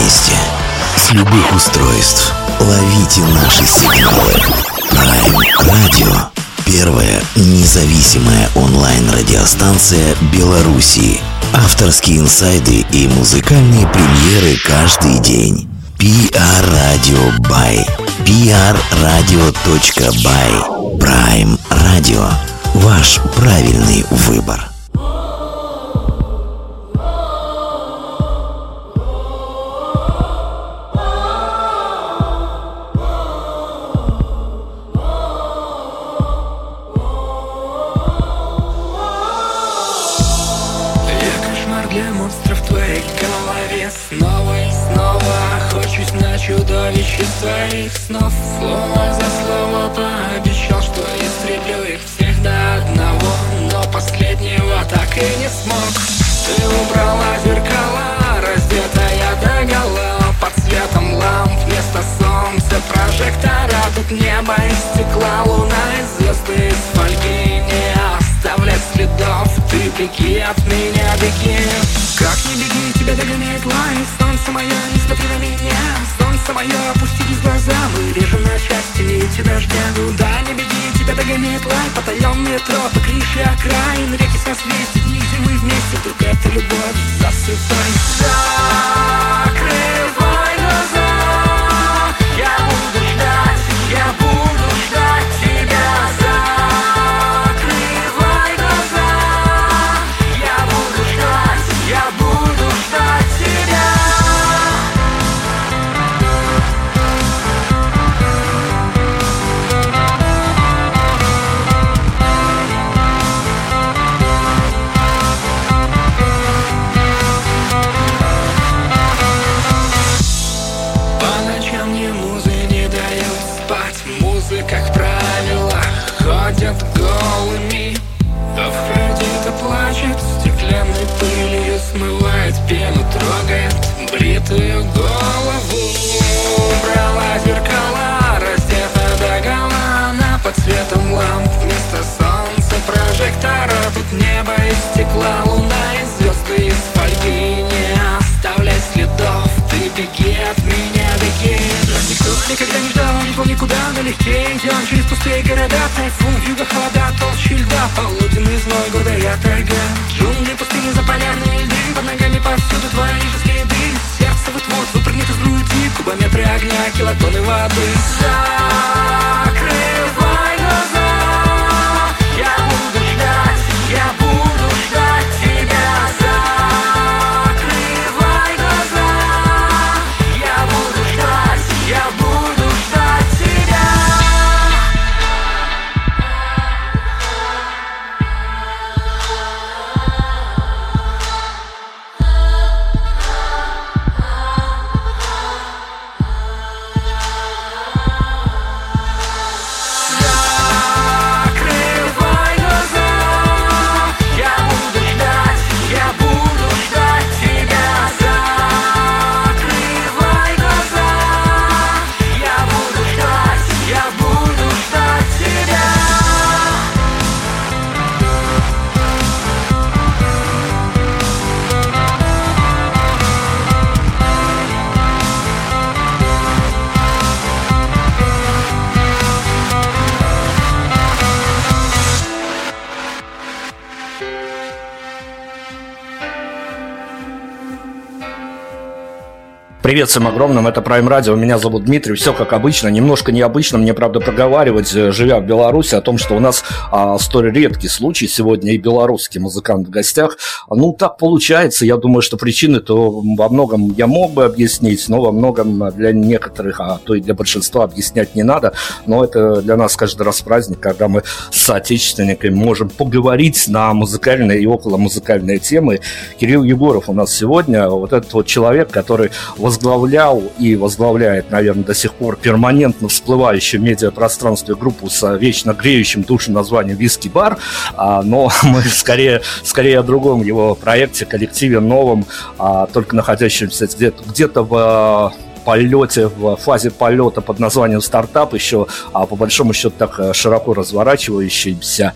месте, с любых устройств. Ловите наши сигналы. Prime Radio. Первая независимая онлайн-радиостанция Беларуси. Авторские инсайды и музыкальные премьеры каждый день. PR Radio by prradio.by. Prime Radio. Ваш правильный выбор. Чудовище своих снов, слово за слово пообещал, что истреблю их всех до одного, но последнего так и не смог. Ты убрала зеркала, раздетая догола, под светом ламп вместо солнца прожектора. Тут небо из стекла, луна и звезды из фольги. Не оставлять следов, ты беги от меня, беги. Как не беги, тебя догоняет лай. Солнце мое, не смотри на меня. Солнце мое, опустились глаза. Мы режем на части нити дождя. Да, не беги, тебя догоняет лай. Потаенные тропы, крыши окраин, реки созвездий, дни зимы вместе. Только это любовь, засыпай. Закрывай глаза. Я буду ждать тебя. Закрывай глаза. Я буду ждать тебя. Как правило, ходят голыми, а в кредита плачет, стеклянной пылью смывает пену, трогает бритую голову. Убрала зеркала, раздета догола, она под светом ламп вместо солнца прожектора. Тут небо из стекла, луна и звезды из фольги. Не оставляй следов, ты беги от меня, беги. Никто никогда не ждал, не помню куда, налегке идем через пустые города. Тайфун, вьюга, холода, толщи льда, полуденный зной, гордая тайга. Джунгли, пустыни, заполярные льды, под ногами повсюду твои же следы. Сердце вот-вот выпрыгнет из груди, кубометры огня, килотонны воды. Закрывай глаза. Я буду ждать тебя. Закрывай глаза. Я буду ждать тебя. Привет всем огромным, это Prime Radio, меня зовут Дмитрий, все как обычно, немножко необычно мне, правда, проговаривать, живя в Беларуси, о том, что у нас столь редкий случай сегодня и белорусский музыкант в гостях. Ну, так получается, я думаю, что причины-то во многом я мог бы объяснить, но во многом для некоторых, а то и для большинства объяснять не надо, но это для нас каждый раз праздник, когда мы с соотечественниками можем поговорить на музыкальные и околомузыкальные темы. Кирилл Егоров у нас сегодня, вот этот вот человек, который возглавлял и возглавляет, наверное, до сих пор перманентно всплывающую в медиапространстве группу с вечно греющим душу названием «Виски Бар», но мы скорее о другом его проекте, коллективе новом, только находящемся где-то в полете, в фазе полета под названием «Стартап», еще по большому счету так широко разворачивающийся.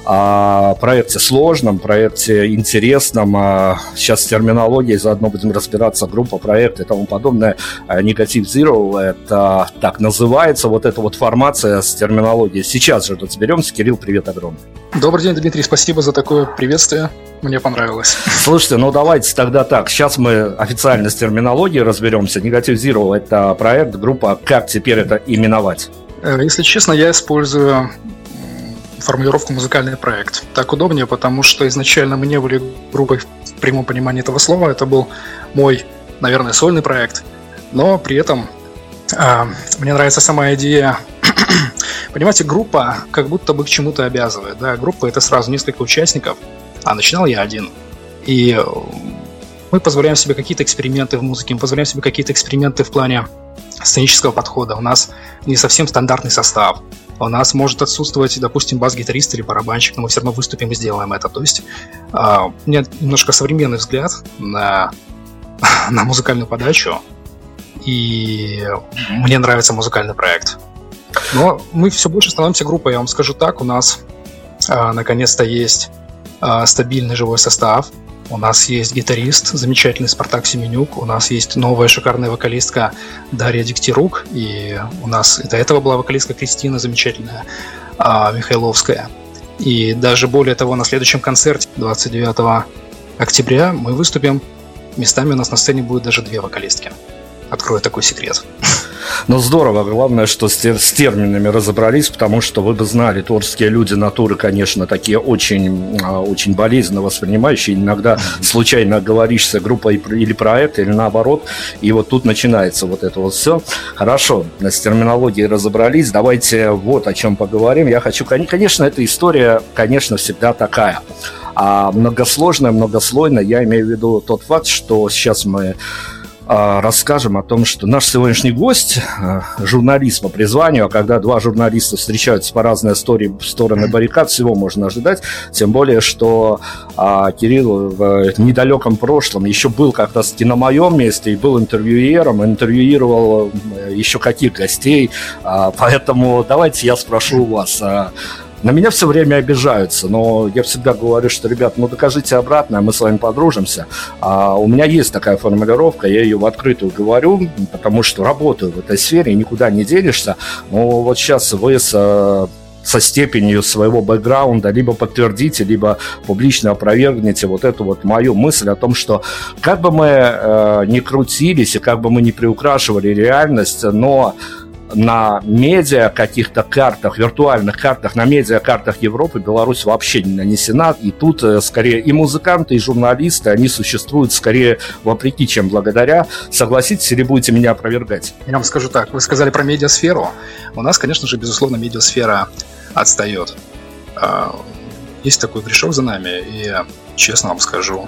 о проекте сложном, проекте интересном. Сейчас с терминологией заодно будем разбираться, группа, проект и тому подобное. Negative Zero — это так называется вот эта вот формация с терминологией. Сейчас же разберемся. Кирилл, привет огромный. Добрый день, Дмитрий, спасибо за такое приветствие. Мне понравилось. Слушайте, ну давайте тогда так. Сейчас мы официально с терминологией разберемся. Negative Zero — это проект, группа. Как теперь это именовать? Если честно, я использую формулировку «музыкальный проект». Так удобнее, потому что изначально мы не были группой в прямом понимании этого слова. Это был мой, наверное, сольный проект. Но при этом мне нравится сама идея. Понимаете, группа как будто бы к чему-то обязывает. Да? Группа — это сразу несколько участников, а начинал я один. И мы позволяем себе какие-то эксперименты в музыке, мы позволяем себе какие-то эксперименты в плане сценического подхода. У нас не совсем стандартный состав. У нас может отсутствовать, допустим, бас-гитарист или барабанщик, но мы все равно выступим и сделаем это. То есть у меня немножко современный взгляд на музыкальную подачу, и мне нравится музыкальный проект. Но мы все больше становимся группой, я вам скажу так. У нас наконец-то есть стабильный живой состав. У нас есть гитарист, замечательный Спартак Семенюк. У нас есть новая шикарная вокалистка Дарья Дегтярук. И у нас и до этого была вокалистка Кристина, замечательная, Михайловская. И даже более того, на следующем концерте 29 октября мы выступим. Местами у нас на сцене будет даже 2 вокалистки. Открою такой секрет. Ну, здорово. Главное, что с терминами разобрались, потому что вы бы знали, творческие люди натуры, конечно, такие очень, очень болезненно воспринимающие. Иногда случайно говоришься группа или проект, или наоборот. И вот тут начинается вот это вот все. Хорошо, с терминологией разобрались. Давайте вот о чем поговорим. Я хочу, конечно, эта история, конечно, всегда такая. Многосложная, многослойная. Я имею в виду тот факт, что сейчас мы расскажем о том, что наш сегодняшний гость журналист по призванию, а когда 2 журналиста встречаются по разные стороны баррикад, всего можно ожидать, тем более, что Кирилл в недалеком прошлом еще был как-то на моем месте и был интервьюером, интервьюировал еще каких гостей, поэтому давайте я спрошу у вас. На меня все время обижаются, но я всегда говорю, что, ребят, ну докажите обратное, мы с вами подружимся. У меня есть такая формулировка, я ее в открытую говорю, потому что работаю в этой сфере, и никуда не денешься. Но вот сейчас вы со степенью своего бэкграунда либо подтвердите, либо публично опровергнете вот эту вот мою мысль о том, что как бы мы ни крутились и как бы мы ни приукрашивали реальность, но на медиа каких-то картах, виртуальных картах, на медиа-картах Европы Беларусь вообще не нанесена. И тут скорее и музыканты, и журналисты, они существуют скорее вопреки, чем благодаря. Согласитесь или будете меня опровергать? Я вам скажу так, вы сказали про медиасферу. У нас, конечно же, безусловно, медиасфера отстает. Есть такой грешок за нами, и честно вам скажу,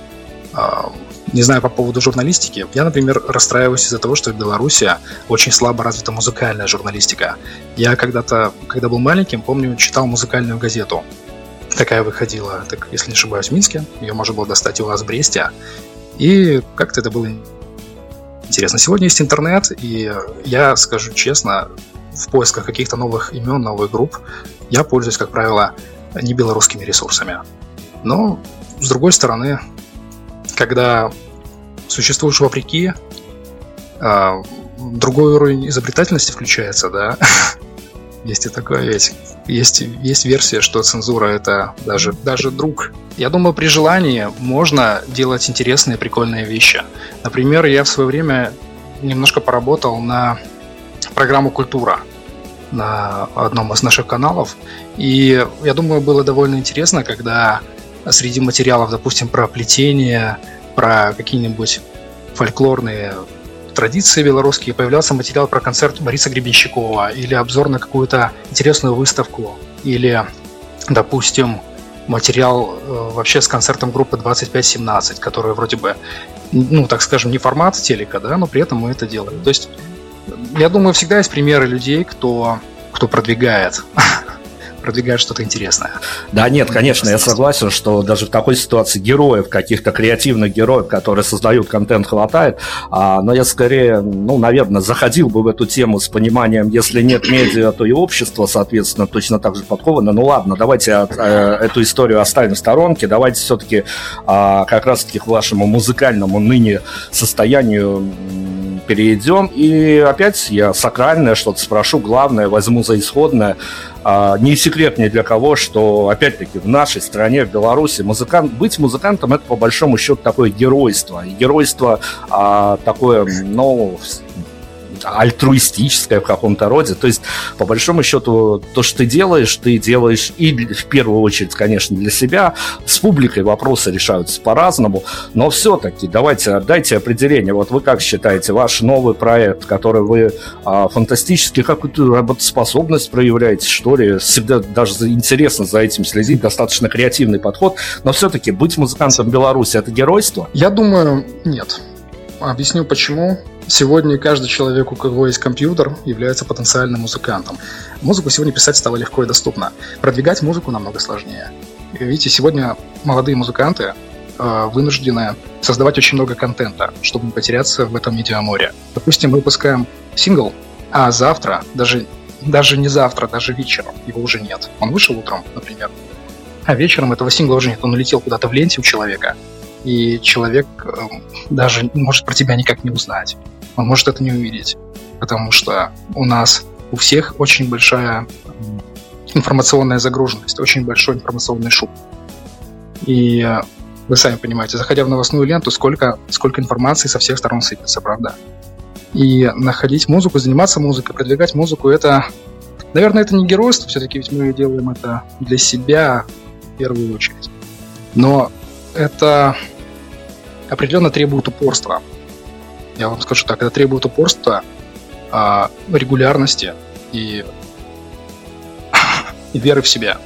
не знаю по поводу журналистики. Я, например, расстраиваюсь из-за того, что в Беларуси очень слабо развита музыкальная журналистика. Я когда-то, когда был маленьким, помню, читал музыкальную газету. Такая выходила, так, если не ошибаюсь, в Минске. Ее можно было достать и у нас в Бресте. И как-то это было интересно. Сегодня есть интернет, и я скажу честно, в поисках каких-то новых имен, новых групп, я пользуюсь, как правило, не белорусскими ресурсами. Но, с другой стороны, когда существуешь вопреки, другой уровень изобретательности включается, да. Есть и такое ведь. Есть версия, что цензура — это даже друг. Я думаю, при желании можно делать интересные, прикольные вещи. Например, я в свое время немножко поработал на программу «Культура» на одном из наших каналов. И я думаю, было довольно интересно, когда среди материалов, допустим, про плетение, про какие-нибудь фольклорные традиции белорусские, появлялся материал про концерт Бориса Гребенщикова или обзор на какую-то интересную выставку, или, допустим, материал вообще с концертом группы 2517, которая вроде бы, ну, так скажем, не формат телека, да, но при этом мы это делаем. То есть, я думаю, всегда есть примеры людей, кто продвигает продвигают что-то интересное. Да, нет, конечно, я согласен, что даже в такой ситуации героев, каких-то креативных героев, которые создают контент, хватает. Но я скорее, наверное, заходил бы в эту тему с пониманием, если нет медиа, то и общество, соответственно, точно так же подковано. Ну ладно, давайте эту историю оставим в сторонке, давайте все-таки как раз-таки к вашему музыкальному ныне состоянию перейдем. И опять я сакральное что-то спрошу, главное, возьму за исходное. Не секрет ни для кого, что, опять-таки, в нашей стране, в Беларуси, быть музыкантом – это, по большому счету, такое геройство. И геройство такое, альтруистическое в каком-то роде. То есть, по большому счету, то, что ты делаешь и в первую очередь, конечно, для себя. С публикой вопросы решаются по-разному, но все-таки давайте дайте определение. Вот вы как считаете, ваш новый проект, который вы фантастически какую-то работоспособность проявляете, что ли, всегда даже интересно за этим следить, достаточно креативный подход, но все-таки быть музыкантом в Беларуси – это геройство? Я думаю, нет. Объясню почему. Сегодня каждый человек, у кого есть компьютер, является потенциальным музыкантом. Музыку сегодня писать стало легко и доступно. Продвигать музыку намного сложнее. И видите, сегодня молодые музыканты вынуждены создавать очень много контента, чтобы не потеряться в этом медиаморе. Допустим, мы выпускаем сингл, а завтра, даже не завтра, даже вечером его уже нет. Он вышел утром, например, а вечером этого сингла уже нет. Он улетел куда-то в ленте у человека, и человек даже может про тебя никак не узнать. Он может это не увидеть, потому что у нас у всех очень большая информационная загруженность, очень большой информационный шум. И вы сами понимаете, заходя в новостную ленту, сколько информации со всех сторон сыпется, правда? И находить музыку, заниматься музыкой, продвигать музыку, это, наверное, это не геройство, все-таки ведь мы делаем это для себя в первую очередь. Но это определенно требует упорства. Я вам скажу так, это требует упорства, регулярности и веры в себя.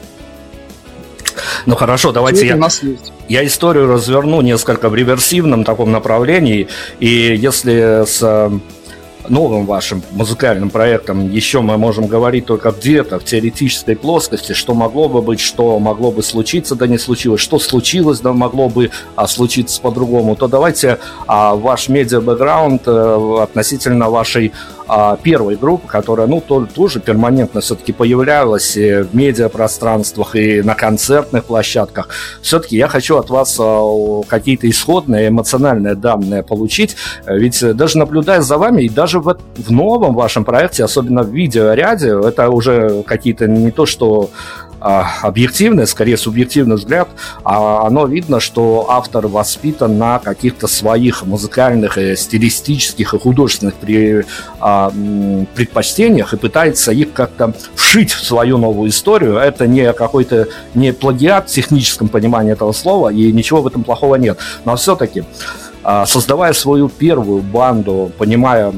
Ну хорошо, давайте я историю разверну несколько в реверсивном таком направлении. И если с новым вашим музыкальным проектом еще мы можем говорить только где-то в теоретической плоскости, что могло бы быть, что могло бы случиться, да не случилось, что случилось, да могло бы случиться по-другому, то давайте ваш медиа-бэкграунд относительно вашей первой группы, которая, тоже перманентно все-таки появлялась в медиапространствах и на концертных площадках. Все-таки я хочу от вас какие-то исходные эмоциональные данные получить, ведь даже наблюдая за вами, и даже в новом вашем проекте, особенно в видеоряде, это уже какие-то не то, что объективный, скорее субъективный взгляд, оно видно, что автор воспитан на каких-то своих музыкальных, стилистических и художественных предпочтениях и пытается их как-то вшить в свою новую историю. Это не какой-то не плагиат в техническом понимании этого слова, и ничего в этом плохого нет. Но все-таки, создавая свою первую банду, понимая,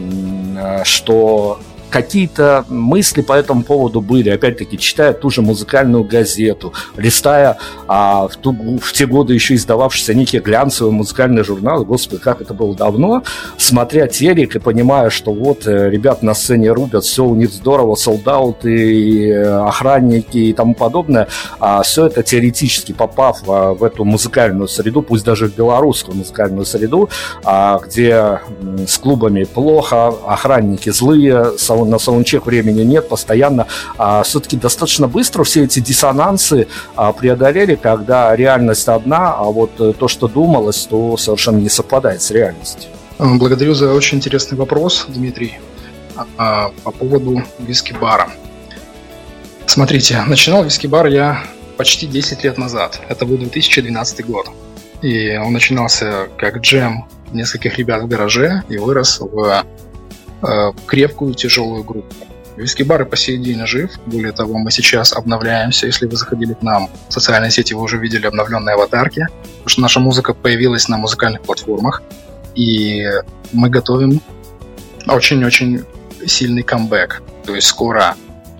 что какие-то мысли по этому поводу были, опять-таки, читая ту же музыкальную газету, листая в те годы еще издававшийся некий глянцевый музыкальный журнал, господи, как это было давно, смотря телек и понимая, что вот ребят на сцене рубят, все у них здорово, солдаты, и охранники и тому подобное, все это теоретически попав в эту музыкальную среду, пусть даже в белорусскую музыкальную среду, где с клубами плохо, охранники злые, на саундчек времени нет, постоянно. Все-таки достаточно быстро все эти диссонансы преодолели, когда реальность одна, а вот то, что думалось, то совершенно не совпадает с реальностью. Благодарю за очень интересный вопрос, Дмитрий, по поводу виски-бара. Смотрите, начинал виски-бар я почти 10 лет назад. Это был 2012 год. И он начинался как джем нескольких ребят в гараже и вырос в крепкую, тяжелую группу. Виски-бар и по сей день жив. Более того, мы сейчас обновляемся. Если вы заходили к нам в социальные сети, вы уже видели обновленные аватарки, потому что наша музыка появилась на музыкальных платформах, и мы готовим очень-очень сильный камбэк. То есть скоро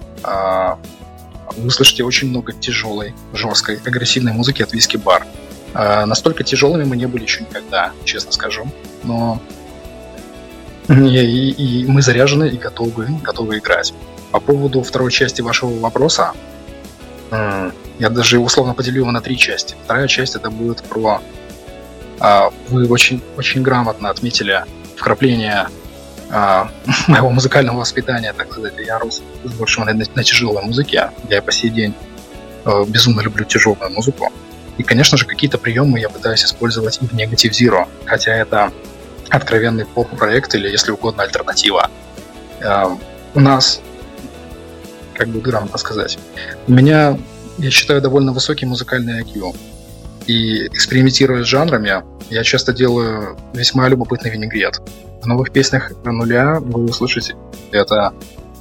вы услышите очень много тяжелой, жесткой, агрессивной музыки от Виски-бар. Настолько тяжелыми мы не были еще никогда, честно скажу. Но и мы заряжены и готовы играть. По поводу второй части вашего вопроса, Я даже условно поделю его на 3 части. Вторая часть это будет про... Вы очень, очень грамотно отметили вкрапление моего музыкального воспитания, так сказать. Я рос больше на тяжелой музыке. Я по сей день безумно люблю тяжелую музыку. И, конечно же, какие-то приемы я пытаюсь использовать и в Negative Zero, хотя это откровенный поп-проект или, если угодно, альтернатива. У нас, как бы грамотно сказать, у меня, я считаю, довольно высокий музыкальный IQ. И экспериментируя с жанрами, я часто делаю весьма любопытный винегрет. В новых песнях «Нуля» вы услышите это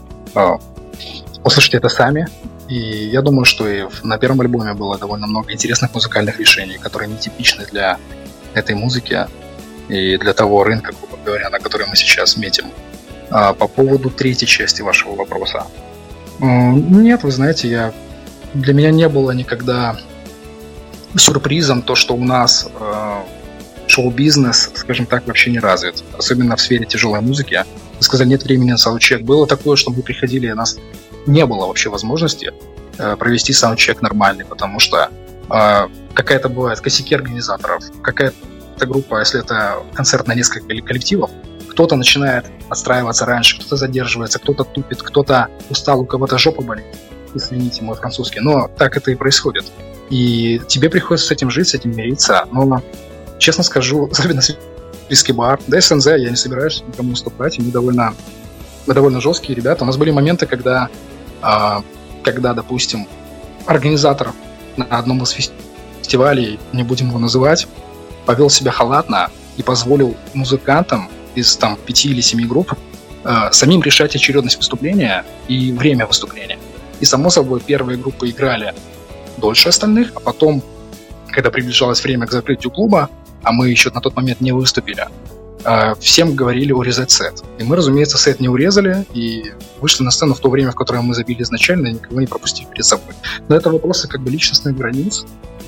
сами. И я думаю, что и на первом альбоме было довольно много интересных музыкальных решений, которые нетипичны для этой музыки и для того рынка, грубо говоря, на который мы сейчас метим. По поводу 3-й части вашего вопроса. Нет, вы знаете, для меня не было никогда сюрпризом то, что у нас шоу-бизнес, скажем так, вообще не развит. Особенно в сфере тяжелой музыки. Вы сказали, нет времени на саундчек. Было такое, что мы приходили, и у нас не было вообще возможности провести саундчек нормальный, потому что какая-то бывает косяки организаторов, какая-то группа, если это концерт на несколько коллективов, кто-то начинает отстраиваться раньше, кто-то задерживается, кто-то тупит, кто-то устал, у кого-то жопа болит. Извините мой французский, но так это и происходит. И тебе приходится с этим жить, с этим мириться. Но, честно скажу, особенно Виски Бар, да и СНЗ, я не собираюсь никому уступать, мы довольно жесткие ребята. У нас были моменты, когда, допустим, организатор на одном из фестивалей, не будем его называть, повел себя халатно и позволил музыкантам из 5 или 7 групп самим решать очередность выступления и время выступления. И, само собой, первые группы играли дольше остальных, а потом, когда приближалось время к закрытию клуба, а мы еще на тот момент не выступили, всем говорили урезать сет. И мы, разумеется, сет не урезали и вышли на сцену в то время, в которое мы забили изначально, и никого не пропустили перед собой. Но это вопросы личностных границ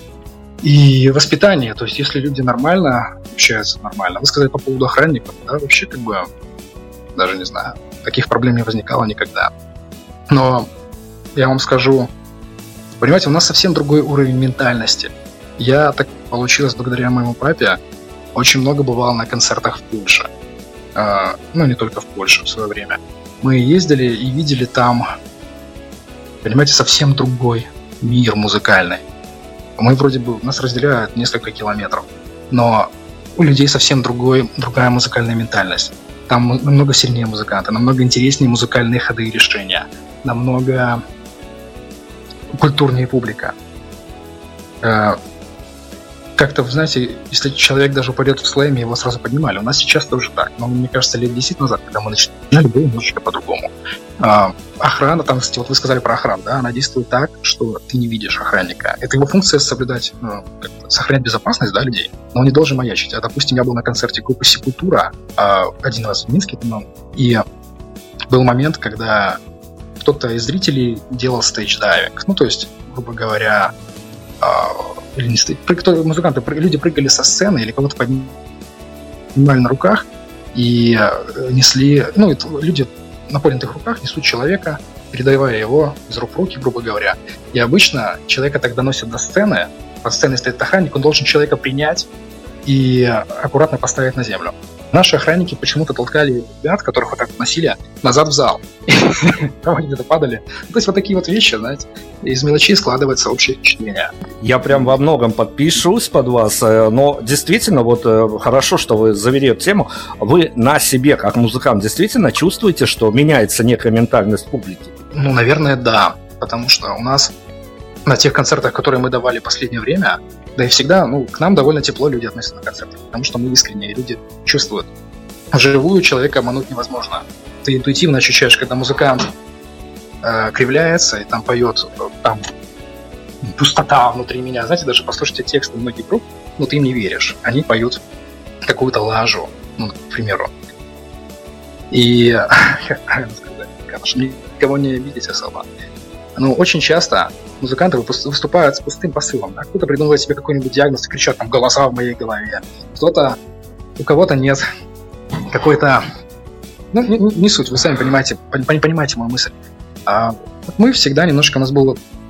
и воспитания. То есть, если люди нормально общаются, нормально. Вы сказали по поводу охранников, да, вообще даже не знаю, таких проблем не возникало никогда. Но я вам скажу, понимаете, у нас совсем другой уровень ментальности. Я так получилось благодаря моему папе, очень много бывал на концертах в Польше. Не только в Польше в свое время. Мы ездили и видели там, понимаете, совсем другой мир музыкальный. Мы вроде бы, нас разделяют несколько километров, но у людей совсем другая музыкальная ментальность. Там намного сильнее музыканты, намного интереснее музыкальные ходы и решения, намного культурнее публика. Как-то, вы знаете, если человек даже упадет в слэме, его сразу поднимали. У нас сейчас тоже так. Но мне кажется, лет 10 назад, когда мы начинали, было немножечко по-другому. Охрана, вот вы сказали про охрану, да, она действует так, что ты не видишь охранника. Это его функция соблюдать, сохранять безопасность, да, людей, но он не должен маячить. Допустим, я был на концерте группы Sepultura один раз в Минске, и был момент, когда кто-то из зрителей делал стейдж-дайвинг. То есть, грубо говоря, или не музыканты, люди прыгали со сцены или кого-то поднимали на руках и несли, люди на поднятых руках несут человека, передавая его из рук в руки, грубо говоря. И обычно человека так доносят до сцены, под сценой стоит охранник, он должен человека принять и аккуратно поставить на землю. Наши охранники почему-то толкали ребят, которых вот так носили, назад в зал. Они где-то падали. То есть вот такие вот вещи, знаете, из мелочей складывается общее впечатление. Я прям во многом подпишусь под вас, но действительно, вот хорошо, что вы завели эту тему. Вы на себе, как музыкант, действительно чувствуете, что меняется некая ментальность публики? Наверное, да. Потому что у нас на тех концертах, которые мы давали в последнее время, да и всегда, к нам довольно тепло люди относятся на концерты, потому что мы искренние, люди чувствуют. Вживую человека обмануть невозможно. Ты интуитивно ощущаешь, когда музыкант кривляется и там поет, там пустота внутри меня. Знаете, даже послушайте тексты многих групп, ты им не веришь. Они поют какую-то лажу, к примеру. И, конечно, никого не обидеть особо. Но очень часто музыканты выступают с пустым посылом. Да? Кто-то придумывает себе какой-нибудь диагноз и кричат там «голоса в моей голове». У кого-то нет какой-то... не суть, вы сами понимаете мою мысль. Мы всегда немножко, у нас был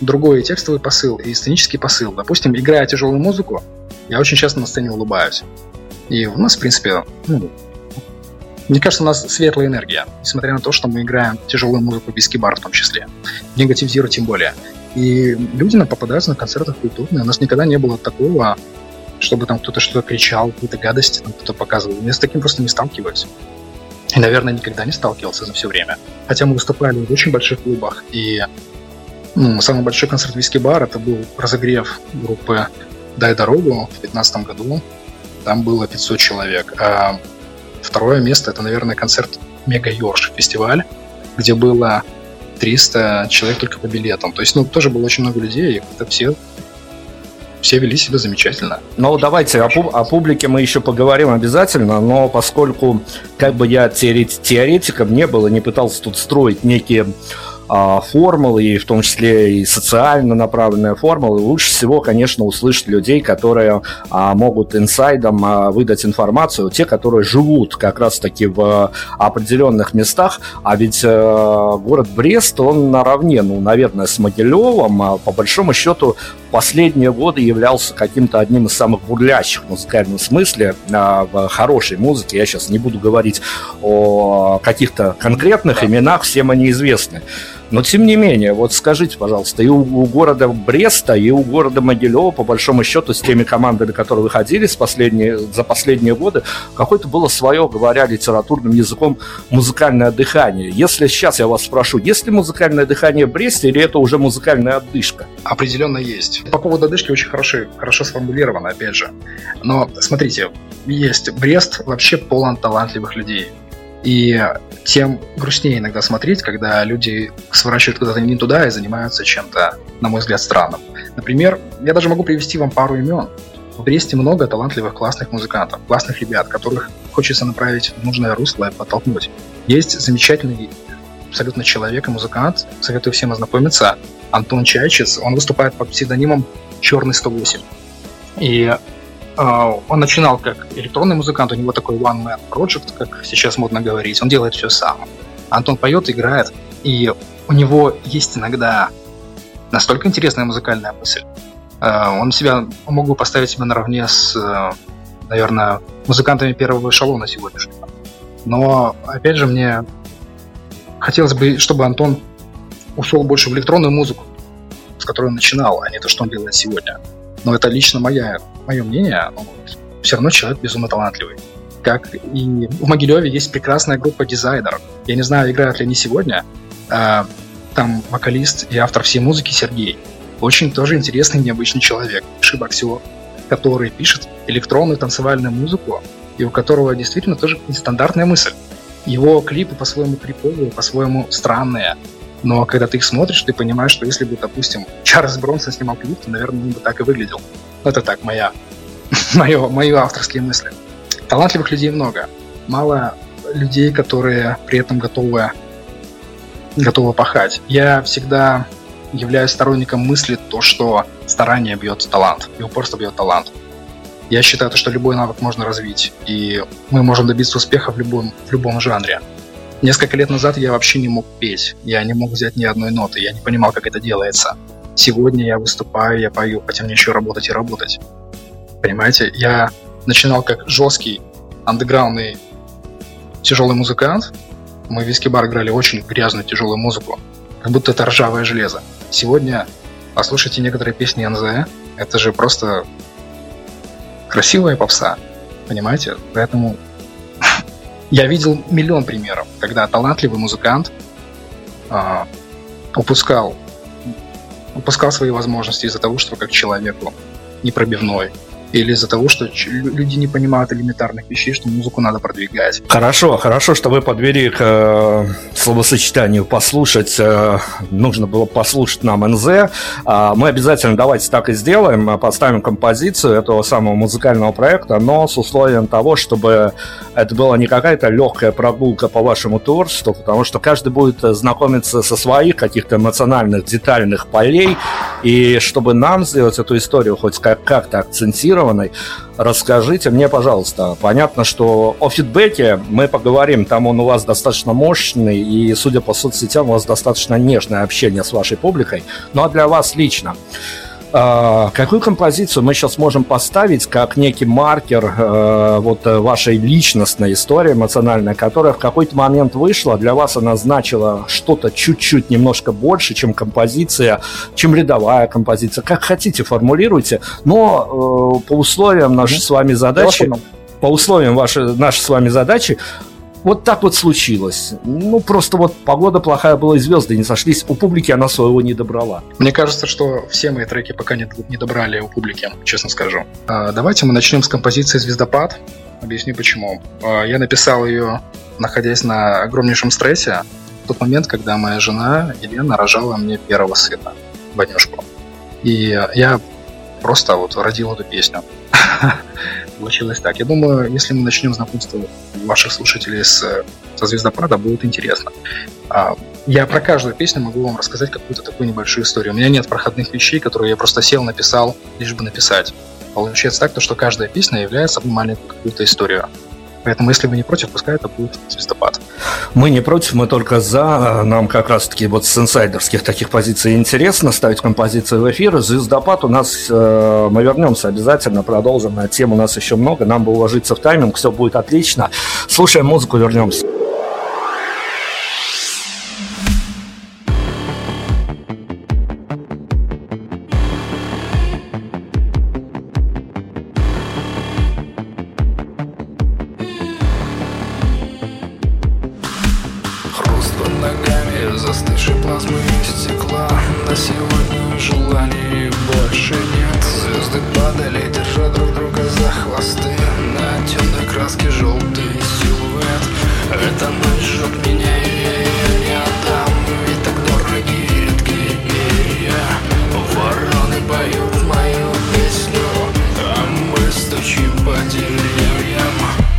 другой текстовый посыл и сценический посыл. Допустим, играя тяжелую музыку, я очень часто на сцене улыбаюсь. И у нас, в принципе, мне кажется, у нас светлая энергия, несмотря на то, что мы играем тяжелую музыку, виски-бар в том числе, негатив зиро тем более. И люди нам попадаются на концертах культурные. У нас никогда не было такого, чтобы там кто-то что-то кричал, какие-то гадости там кто-то показывал. Я с таким просто не сталкиваюсь. И, наверное, никогда не сталкивался за все время. Хотя мы выступали в очень больших клубах. И самый большой концерт виски-бар — это был разогрев группы «Дай дорогу» в 2015 году. Там было 500 человек. А второе место — это, наверное, концерт «Мега Йорш» фестиваль, где было 300 человек только по билетам. То есть, тоже было очень много людей, и как-то все вели себя замечательно. Ну, давайте о публике мы еще поговорим обязательно, но поскольку как бы я теоретиком не был и не пытался тут строить некие формулы, и в том числе и социально направленные формулы, лучше всего, конечно, услышать людей, которые могут инсайдом выдать информацию, те, которые живут как раз-таки в определенных местах, а ведь город Брест, он наравне, наверное, с Могилевым, по большому счету, в последние годы являлся каким-то одним из самых бурлящих в музыкальном смысле, в хорошей музыке. Я сейчас не буду говорить о каких-то конкретных именах, всем они известны. Но, тем не менее, вот скажите, пожалуйста, и у города Бреста, и у города Могилева, по большому счету, с теми командами, которые выходили за последние годы, какое-то было свое, говоря литературным языком, музыкальное дыхание. Если сейчас я вас спрошу, есть ли музыкальное дыхание в Бресте, или это уже музыкальная отдышка? Определенно есть. По поводу отдышки очень хорошо сформулировано, опять же. Но, смотрите, есть Брест вообще полон талантливых людей. И тем грустнее иногда смотреть, когда люди сворачивают куда-то не туда и занимаются чем-то, на мой взгляд, странным. Например, я даже могу привести вам пару имен. В Бресте много талантливых, классных музыкантов, классных ребят, которых хочется направить в нужное русло и подтолкнуть. Есть замечательный абсолютно человек и музыкант, советую всем ознакомиться, Антон Чайчец. Он выступает под псевдонимом «Черный 108». И он начинал как электронный музыкант, у него такой one-man project, как сейчас модно говорить, он делает все сам. Антон поет, играет, и у него есть иногда настолько интересная музыкальная мысль. Он мог бы поставить себя наравне с, наверное, музыкантами первого эшелона сегодняшнего. Но, опять же, мне хотелось бы, чтобы Антон ушел больше в электронную музыку, с которой он начинал, а не то, что он делает сегодня. Но это лично мое мнение, но все равно человек безумно талантливый. Как и в Могилеве есть прекрасная группа Desire. Я не знаю, играют ли они сегодня. Там вокалист и автор всей музыки Сергей. Очень тоже интересный, необычный человек. Боксер, который пишет электронную танцевальную музыку, и у которого действительно тоже нестандартная мысль. Его клипы по-своему криповые, по-своему странные. Но когда ты их смотришь, ты понимаешь, что если бы, допустим, Чарльз Бронсон снимал клип, то, наверное, он бы так и выглядел. Это так, мои авторские мысли. Талантливых людей много. Мало людей, которые при этом готовы пахать. Я всегда являюсь сторонником мысли, то, что старание бьет талант, и упорство бьет талант. Я считаю, что любой навык можно развить, и мы можем добиться успеха в любом жанре. Несколько лет назад я вообще не мог петь, я не мог взять ни одной ноты, я не понимал, как это делается. Сегодня я выступаю, я пою, хотя мне еще работать и работать. Понимаете, я начинал как жесткий, андеграундный, тяжелый музыкант. Мы в виски-бар играли очень грязную, тяжелую музыку, как будто это ржавое железо. Сегодня послушайте некоторые песни НЗ, это же просто красивая попса, понимаете? Поэтому я видел миллион примеров, когда талантливый музыкант упускал свои возможности из-за того, что как человеку непробивной, или из-за того, что люди не понимают элементарных вещей, что музыку надо продвигать. Хорошо, что вы подвели к словосочетанию «послушать». Нужно было послушать нам НЗ. Мы обязательно давайте так и сделаем. Поставим композицию этого самого музыкального проекта, но с условием того, чтобы это была не какая-то легкая прогулка по вашему творчеству, потому что каждый будет знакомиться со своих каких-то эмоциональных, детальных полей. И чтобы нам сделать эту историю хоть как-то акцентировать, зафиксированной. Расскажите мне, пожалуйста, понятно, что о фидбэке мы поговорим, там он у вас достаточно мощный, и, судя по соцсетям, у вас достаточно нежное общение с вашей публикой. Ну а для вас лично, какую композицию мы сейчас можем поставить как некий маркер вашей личностной истории эмоциональной, которая в какой-то момент вышла, для вас она значила что-то чуть-чуть немножко больше, чем композиция, чем рядовая композиция, как хотите формулируйте, но по условиям нашей с вами задачи, нашей с вами задачи, вот так вот случилось. Ну, просто вот погода плохая была, и звезды не сошлись. У публики она своего не добрала. Мне кажется, что все мои треки пока не добрали у публики, честно скажу. Давайте мы начнем с композиции «Звездопад». Объясню почему. Я написал ее, находясь на огромнейшем стрессе, в тот момент, когда моя жена Елена рожала мне первого сына, Ванюшку. И я просто вот родил эту песню. Получилось так. Я думаю, если мы начнем знакомство ваших слушателей со «Звездопада», будет интересно. Я про каждую песню могу вам рассказать какую-то такую небольшую историю. У меня нет проходных вещей, которые я просто сел, написал, лишь бы написать. Получается так, что каждая песня является собой маленькую какую-то историю. Поэтому, если вы не против, пускай это будет «Звездопад». Мы не против, мы только за. Нам как раз-таки вот с инсайдерских таких позиций интересно ставить композиции в эфир. «Звездопад» у нас, мы вернемся обязательно, продолжим. Тем у нас еще много, нам бы уложиться в тайминг, все будет отлично. Слушаем музыку, вернемся. Застывшей плазмы и стекла. На сегодня желаний больше нет. Звезды падали, держа друг друга за хвосты. На темной краске желтый силуэт. Эта ночь жжет меня, и я ее не отдам. Ведь так дороги редкие перья. Вороны поют мою песню, а мы стучим по деревьям.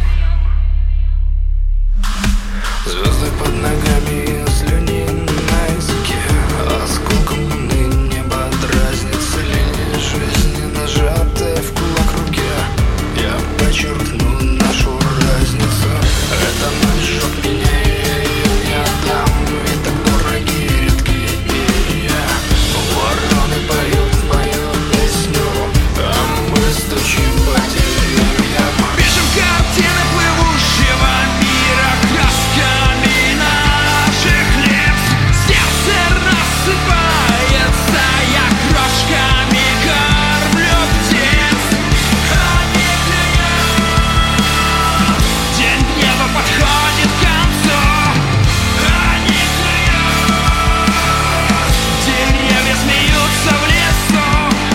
Звезды под ногами, слюни на языке. Осколком луны небо дразнится. Линия жизни, нажатая в кулак руке. Я подчеркну нашу разницу. Эта ночь жжет меня, и я ее не отдам. Ведь так дороги редкие перья. Вороны поют мою песню, а мы стучим по деревьям. Пишем картины плывущего мира красками наших лиц. Сердце рассыпается, я крошками кормлю птиц. Они клюют, день неба подходит к концу. Они клюют, деревья смеются в лесу.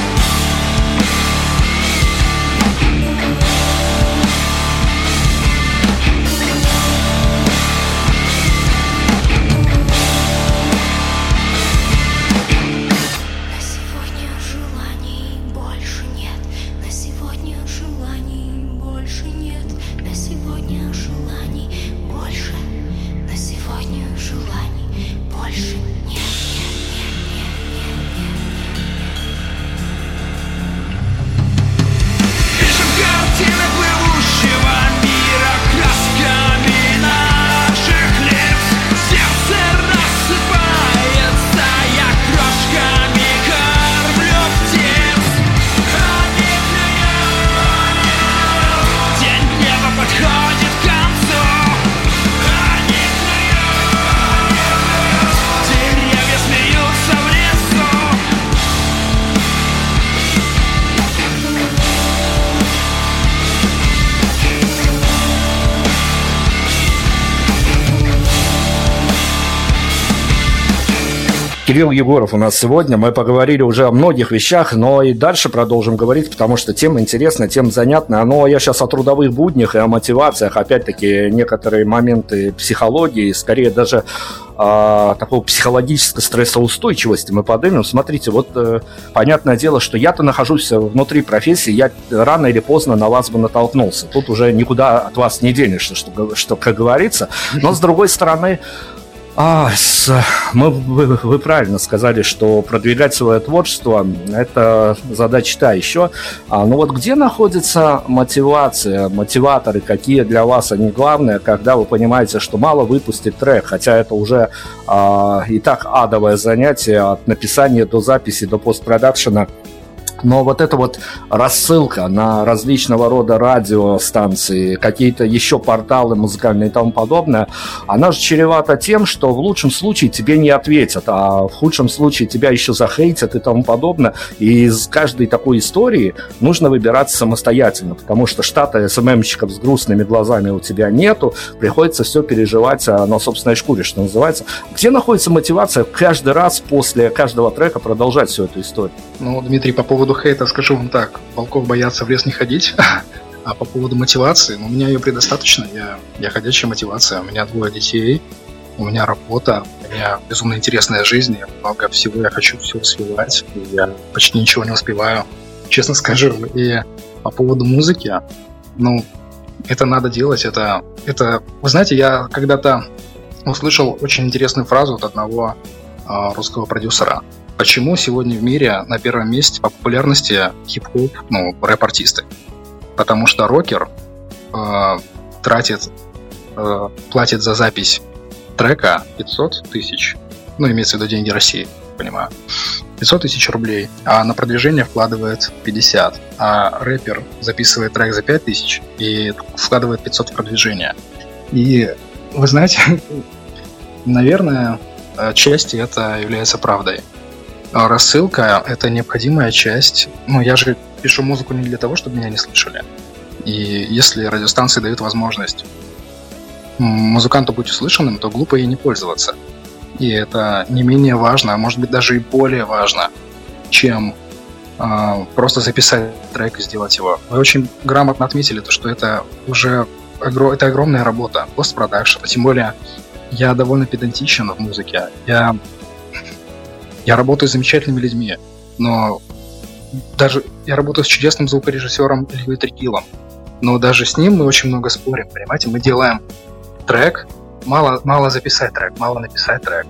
На сегодня желаний больше нет. На сегодня желаний больше нет. На сегодня желаний больше. На сегодня желаний больше нет. Пишем картины плывущего мира красками наших лиц. Сердце рассыпается, я крошками кормлю птиц. Они клюют, день неба подходит к концу. Они клюют, деревья смеются в лесу. Кирилл Егоров у нас сегодня. Мы поговорили уже о многих вещах, но и дальше продолжим говорить, потому что тема интересная, тема занятная. Но я сейчас о трудовых буднях и о мотивациях. Опять-таки, некоторые моменты психологии, скорее даже такого психологической стрессоустойчивости мы поднимем. Смотрите, вот понятное дело, что я-то нахожусь внутри профессии, я рано или поздно на вас бы натолкнулся. Тут уже никуда от вас не денешься, что как говорится. Но с другой стороны, Вы правильно сказали, что продвигать свое творчество – это задача та еще. Но вот где находится мотивация, мотиваторы, какие для вас они главные, когда вы понимаете, что мало выпустить трек, хотя это уже и так адовое занятие от написания до записи, до постпродакшена. Но вот эта вот рассылка на различного рода радиостанции, какие-то еще порталы музыкальные и тому подобное, она же чревата тем, что в лучшем случае тебе не ответят, а в худшем случае тебя еще захейтят и тому подобное. И из каждой такой истории нужно выбираться самостоятельно, потому что штата СММщиков с грустными глазами у тебя нету, приходится все переживать на собственной шкуре, что называется. Где находится мотивация каждый раз после каждого трека продолжать всю эту историю? Ну, Дмитрий, по поводу хейта скажу вам так: волков боятся в лес не ходить. А по поводу мотивации, у меня ее предостаточно. Я ходячая мотивация. У меня 2 детей, у меня работа, у меня безумно интересная жизнь. Много всего я хочу все успевать. Я почти ничего не успеваю, честно скажу. И по поводу музыки, это надо делать. Это, вы знаете, я когда-то услышал очень интересную фразу от одного русского продюсера. Почему сегодня в мире на первом месте по популярности хип-хоп, рэп-артисты? Потому что рокер платит за запись трека 500 тысяч, имеется в виду деньги России, понимаю, 500 тысяч рублей, а на продвижение вкладывает 50, а рэпер записывает трек за 5 тысяч и вкладывает 500 в продвижение. И вы знаете, наверное, отчасти это является правдой. Рассылка — это необходимая часть. Я же пишу музыку не для того, чтобы меня не слышали. И если радиостанции дают возможность музыканту быть услышанным, то глупо ей не пользоваться. И это не менее важно, а может быть даже и более важно, чем просто записать трек и сделать его. Вы очень грамотно отметили то, что это уже это огромная работа, постпродакшн. Тем более я довольно педантичен в музыке. Я работаю с замечательными людьми, но даже я работаю с чудесным звукорежиссером Ильей Трегилом, но даже с ним мы очень много спорим, понимаете? Мы делаем трек, мало записать трек, мало написать трек,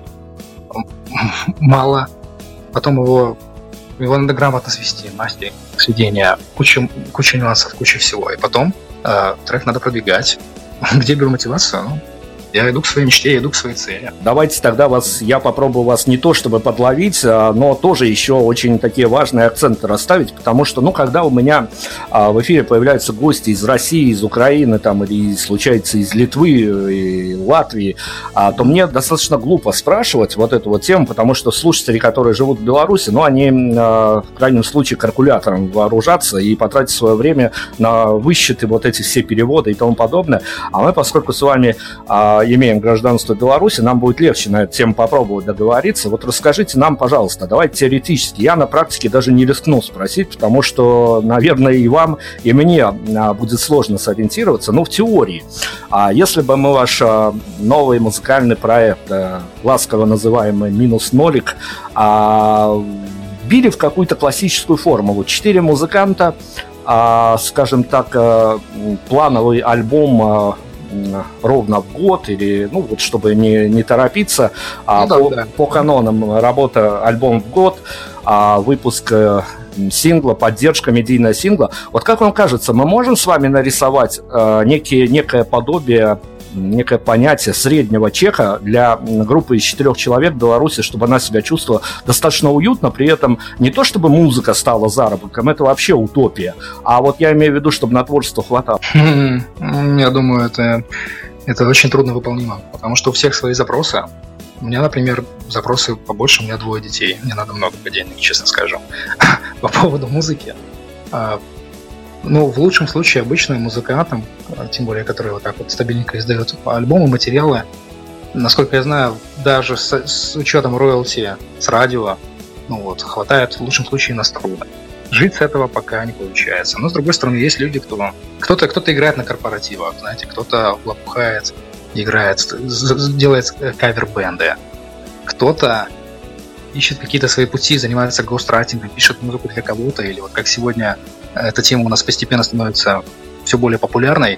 мало потом его надо грамотно свести, мастеринг, сведение, куча нюансов, куча всего, и потом трек надо продвигать. Где беру мотивацию? Я иду к своей мечте, я иду к своей цели. Давайте тогда я попробую вас не то чтобы подловить, но тоже еще очень такие важные акценты расставить, потому что, когда у меня в эфире появляются гости из России, из Украины, или случается из Литвы и Латвии, то мне достаточно глупо спрашивать вот эту вот тему, потому что слушатели, которые живут в Беларуси, они в крайнем случае калькулятором вооружатся и потратят свое время на высчеты вот эти все переводы и тому подобное. А мы, поскольку с вами имеем гражданство Беларуси, нам будет легче на эту тему попробовать договориться. Вот расскажите нам, пожалуйста, давайте теоретически. Я на практике даже не рискну спросить, потому что, наверное, и вам, и мне будет сложно сориентироваться. В теории. Если бы мы ваш новый музыкальный проект, ласково называемый «Минус Нолик», били в какую-то классическую формулу. 4 музыканта, скажем так, плановый альбом ровно в год, или, чтобы не торопиться, по канонам работа альбом в год, выпуск сингла, поддержка медийного сингла. Вот как вам кажется, мы можем с вами нарисовать некое подобие, некое понятие среднего чека для группы из 4 человек в Беларуси, чтобы она себя чувствовала достаточно уютно, при этом не то чтобы музыка стала заработком, это вообще утопия, а вот я имею в виду, чтобы на творчество хватало. Я думаю, это очень трудно выполнимо, потому что у всех свои запросы. У меня, например, запросы побольше, у меня 2 детей, мне надо много денег, честно скажу. По поводу музыки, в лучшем случае обычным музыкантам, тем более, которые вот так вот стабильненько издают альбомы, материалы, насколько я знаю, даже с учетом роялти с радио, хватает в лучшем случае на струны. Жить с этого пока не получается. Но, с другой стороны, есть люди, кто-то играет на корпоративах, знаете, кто-то лопухает, играет, делает кавер-бенды, кто-то ищет какие-то свои пути, занимается гоустрайтингом, пишет музыку для кого-то, или вот как сегодня эта тема у нас постепенно становится все более популярной,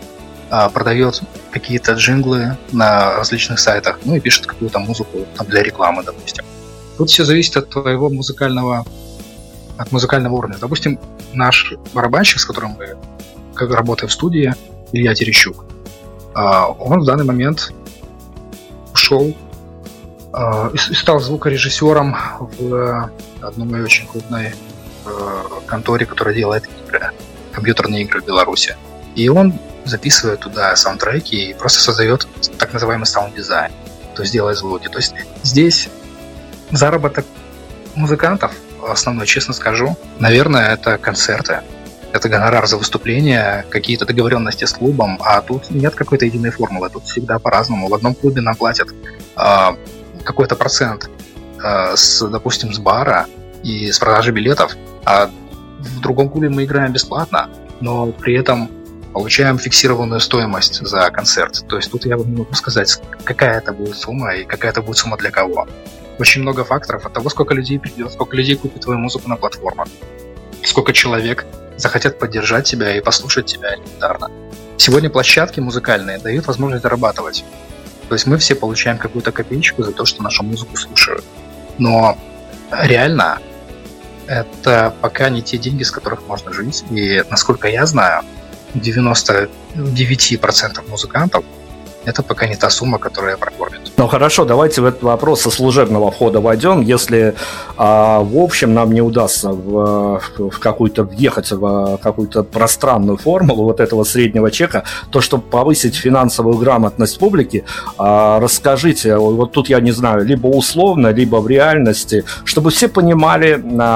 продает какие-то джинглы на различных сайтах, ну и пишет какую-то музыку там, для рекламы, допустим. Тут все зависит от твоего музыкального уровня. Допустим, наш барабанщик, с которым мы работаем в студии, Илья Терещук, он в данный момент ушел и стал звукорежиссером в одной очень крупной конторе, которая делает игры, компьютерные игры в Беларуси. И он записывает туда саундтреки и просто создает так называемый саунд-дизайн, то есть делает звуки. То есть здесь заработок музыкантов основной, честно скажу, наверное, это концерты. Это гонорар за выступление, какие-то договоренности с клубом, а тут нет какой-то единой формулы, тут всегда по-разному. В одном клубе нам платят какой-то процент, допустим, с бара и с продажи билетов, а в другом клубе мы играем бесплатно, но при этом получаем фиксированную стоимость за концерт. То есть тут я не могу сказать, какая это будет сумма и какая это будет сумма для кого. Очень много факторов от того, сколько людей придет, сколько людей купит твою музыку на платформах, сколько человек захотят поддержать тебя и послушать тебя элементарно. Сегодня площадки музыкальные дают возможность зарабатывать. То есть мы все получаем какую-то копеечку за то, что нашу музыку слушают. Но реально это пока не те деньги, с которых можно жить. И, насколько я знаю, 99% музыкантов это пока не та сумма, которая прокормит. Ну хорошо, давайте в этот вопрос со служебного входа войдем. Если в общем нам не удастся въехать в какую-то пространную формулу вот этого среднего чека, то чтобы повысить финансовую грамотность публики, расскажите, вот тут я не знаю, либо условно, либо в реальности, чтобы все понимали,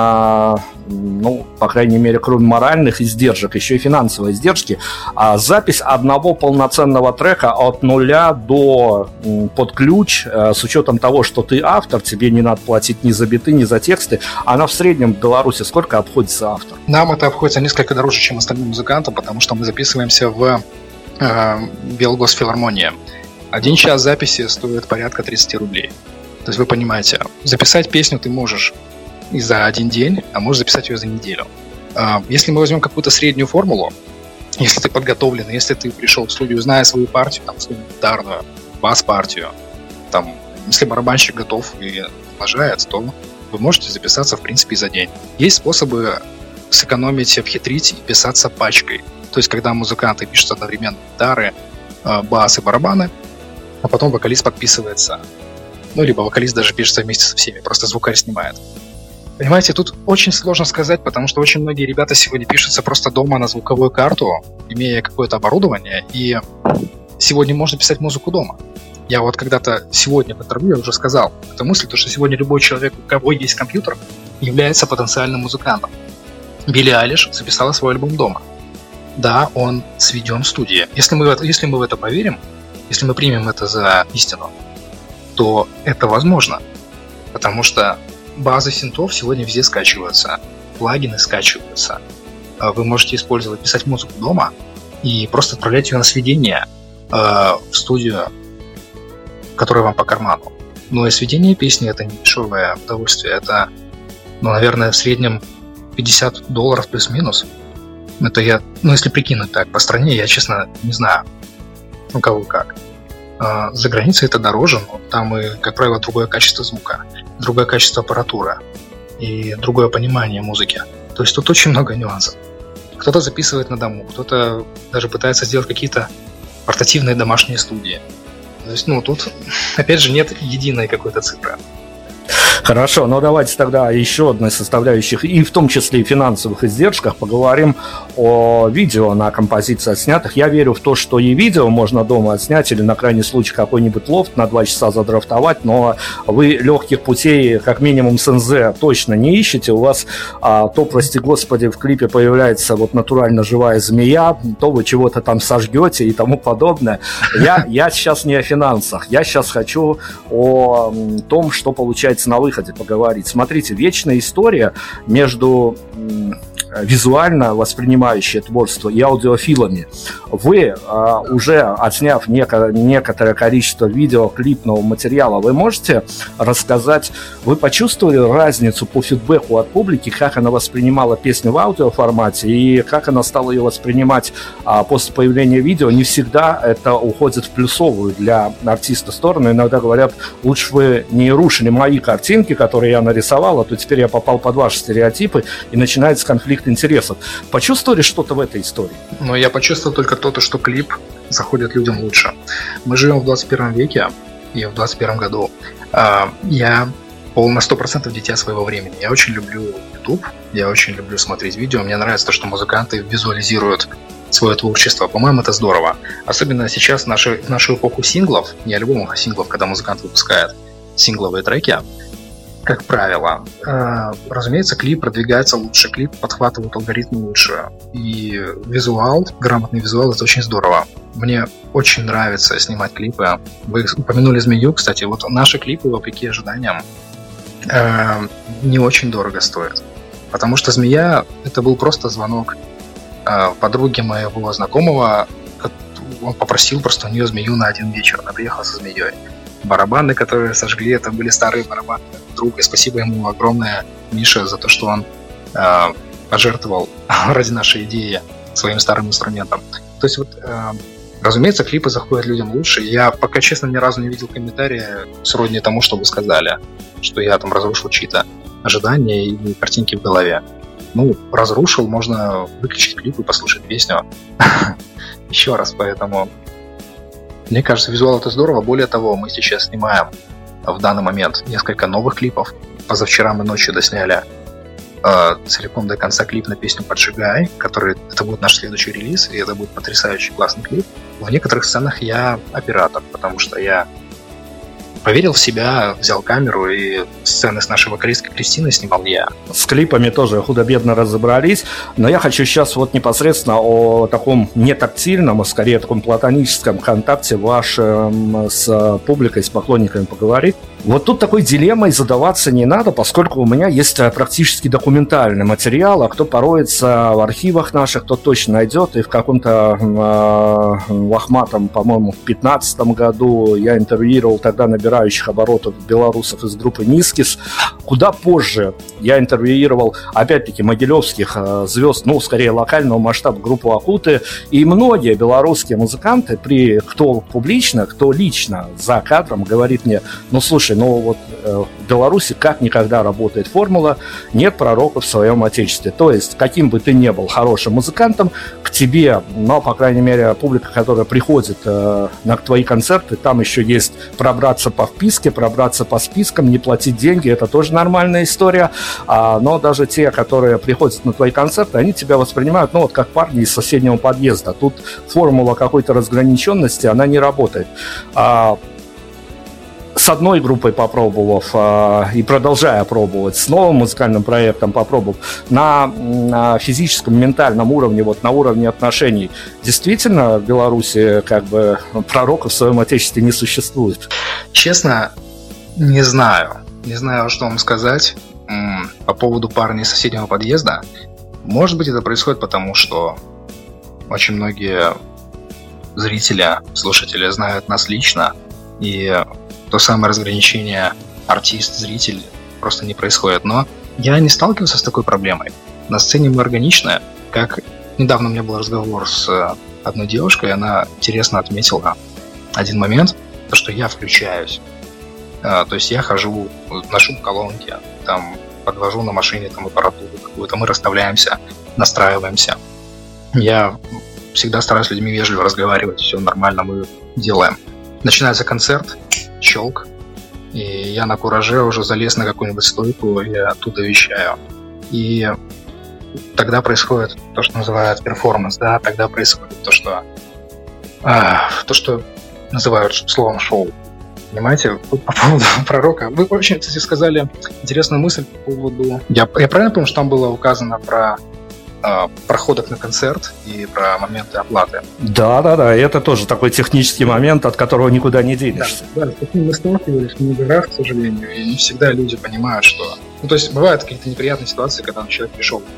по крайней мере, кроме моральных издержек, еще и финансовые издержки, запись одного полноценного трека от нуля до под ключ, с учетом того, что ты автор, тебе не надо платить ни за биты, ни за тексты, она в среднем в Беларуси сколько обходится автор? Нам это обходится несколько дороже, чем остальным музыкантам, потому что мы записываемся в Белгосфилармонии. 1 час записи стоит порядка 30 рублей. То есть вы понимаете, записать песню ты можешь и за 1 день, а можешь записать ее за неделю. Если мы возьмем какую-то среднюю формулу, если ты подготовлен, если ты пришел в студию, зная свою партию, там, свою гитарную, бас-партию, там, если барабанщик готов и налажает, то вы можете записаться, в принципе, и за день. Есть способы сэкономить, обхитрить и писаться пачкой. То есть, когда музыканты пишут одновременно гитары, бас и барабаны, а потом вокалист подписывается. Либо вокалист даже пишется вместе со всеми, просто звукарь снимает. Понимаете, тут очень сложно сказать, потому что очень многие ребята сегодня пишутся просто дома на звуковую карту, имея какое-то оборудование, и сегодня можно писать музыку дома. Я вот когда-то сегодня в интервью уже сказал эту мысль, что сегодня любой человек, у кого есть компьютер, является потенциальным музыкантом. Билли Айлиш записала свой альбом дома. Да, он сведен в студии. Если мы в это поверим, если мы примем это за истину, то это возможно. Потому что базы синтов сегодня везде скачиваются, плагины скачиваются. Вы можете писать музыку дома и просто отправлять ее на сведение в студию, которая вам по карману. Но и сведение песни — это не дешевое удовольствие. Это, наверное, в среднем $50 плюс-минус. Это если прикинуть так по стране, я, честно, не знаю, у кого как. За границей это дороже, но там и, как правило, другое качество звука, другое качество аппаратуры и другое понимание музыки. То есть тут очень много нюансов. Кто-то записывает на дому, кто-то даже пытается сделать какие-то портативные домашние студии. То есть, тут, опять же, нет единой какой-то цифры. Хорошо, но давайте тогда еще одной составляющих, и в том числе и финансовых издержках, поговорим о видео на композициях снятых. Я верю в то, что и видео можно дома отснять или на крайний случай какой-нибудь лофт на 2 часа задрафтовать, но вы легких путей, как минимум с НЗ, точно не ищете. У вас то, прости господи, в клипе появляется вот натурально живая змея, то вы чего-то там сожгете и тому подобное. Я сейчас не о финансах, я сейчас хочу о том, что получается на выходе, поговорить. Смотрите, вечная история между визуально воспринимающие творчество, и аудиофилами. Вы, уже отсняв некоторое количество видеоклипного материала, вы можете рассказать, вы почувствовали разницу по фидбэку от публики, как она воспринимала песню в аудиоформате и как она стала ее воспринимать после появления видео? Не всегда это уходит в плюсовую для артиста сторону. Иногда говорят, лучше вы не рушили мои картинки, которые я нарисовал, а то теперь я попал под ваши стереотипы, и начинается конфликт интересов. Почувствовали что-то в этой истории? Но я почувствовал только то, что клип заходит людям лучше. Мы живем в 21 веке, и в 21 году я на 100% дитя своего времени. Я очень люблю YouTube, я очень люблю смотреть видео. Мне нравится то, что музыканты визуализируют свое творчество. По-моему, это здорово. Особенно сейчас, в нашу эпоху синглов, не альбомов, а синглов, когда музыкант выпускает сингловые треки, как правило, разумеется, клип продвигается лучше, клип подхватывает алгоритмы лучше. И визуал, грамотный визуал, это очень здорово. Мне очень нравится снимать клипы. Вы упомянули «Змею», кстати. Вот наши клипы, вопреки ожиданиям, не очень дорого стоят. Потому что «Змея» — это был просто звонок подруги моего знакомого. Он попросил просто у нее змею на один вечер. Она приехала со змеей. Барабаны, которые сожгли, это были старые барабаны друга. И спасибо ему огромное, Миша, за то, что он пожертвовал ради нашей идеи своим старым инструментом. То есть вот, разумеется, клипы заходят людям лучше. Я пока, честно, ни разу не видел комментария сродни тому, что вы сказали, что я там разрушил чьи-то ожидания и картинки в голове. Ну, разрушил, можно выключить клип и послушать песню еще раз, поэтому мне кажется, визуал это здорово. Более того, мы сейчас снимаем в данный момент несколько новых клипов. Позавчера мы ночью досняли целиком до конца клип на песню «Поджигай», это будет наш следующий релиз, и это будет потрясающий классный клип. В некоторых сценах я оператор, потому что я поверил в себя, взял камеру, и сцены с нашей вокалисткой Кристиной снимал я. С клипами тоже худо-бедно разобрались, но я хочу сейчас вот непосредственно о таком не тактильном, а скорее таком платоническом контакте вашем с публикой, с поклонниками поговорить. Вот тут такой дилеммой задаваться не надо, поскольку у меня есть практически документальный материал, а кто пороется в архивах наших, тот точно найдет. И в каком-то лохматом, по-моему, в 2015 году я интервьюировал тогда набирающих оборотов белорусов из группы «Нискис». Куда позже я интервьюировал, опять-таки, могилевских звезд, ну, скорее локального масштаба, группу «Акуты». И многие белорусские музыканты, кто публично, кто лично за кадром, говорит мне, ну, слушай, ну вот в Беларуси как никогда работает формула «нет пророка в своем отечестве». То есть, каким бы ты ни был хорошим музыкантом, к тебе, ну, по крайней мере, публика, которая приходит на твои концерты, там еще есть пробраться по вписке, пробраться по спискам, не платить деньги, это тоже нормальная история. Но даже те, которые приходят на твои концерты, они тебя воспринимают, ну, вот как парни из соседнего подъезда. Тут формула какой-то разграниченности, она не работает. С одной группой попробовав и продолжая пробовать, с новым музыкальным проектом попробовав, на физическом, ментальном уровне, вот на уровне отношений, действительно в Беларуси как бы пророка в своем отечестве не существует? Честно, не знаю. Не знаю, что вам сказать по поводу парня из соседнего подъезда. Может быть, это происходит потому, что очень многие зрители, слушатели знают нас лично, и то самое разграничение артист-зритель просто не происходит. Но я не сталкивался с такой проблемой. На сцене мы органичны. Как недавно у меня был разговор с одной девушкой, и она интересно отметила один момент, то, что я включаюсь. То есть я хожу, ношу колонки, там, подвожу на машине там, аппаратуру какую-то, мы расставляемся, настраиваемся. Я всегда стараюсь с людьми вежливо разговаривать, все нормально мы делаем. Начинается концерт, щелк, и я на кураже уже залез на какую-нибудь стойку и оттуда вещаю. И тогда происходит то, что называют перформанс, да, тогда происходит то, что называют словом шоу. Понимаете, по поводу пророка. Вы очень, кстати, сказали интересную мысль по поводу... Я правильно помню, что там было указано про проходок на концерт и про моменты оплаты? Да, это тоже такой технический момент, от которого никуда не денешься. Да, с таким мы сталкивались много раз, к сожалению, и не всегда люди понимают, что... Ну, то есть, бывают какие-то неприятные ситуации, когда человек пришел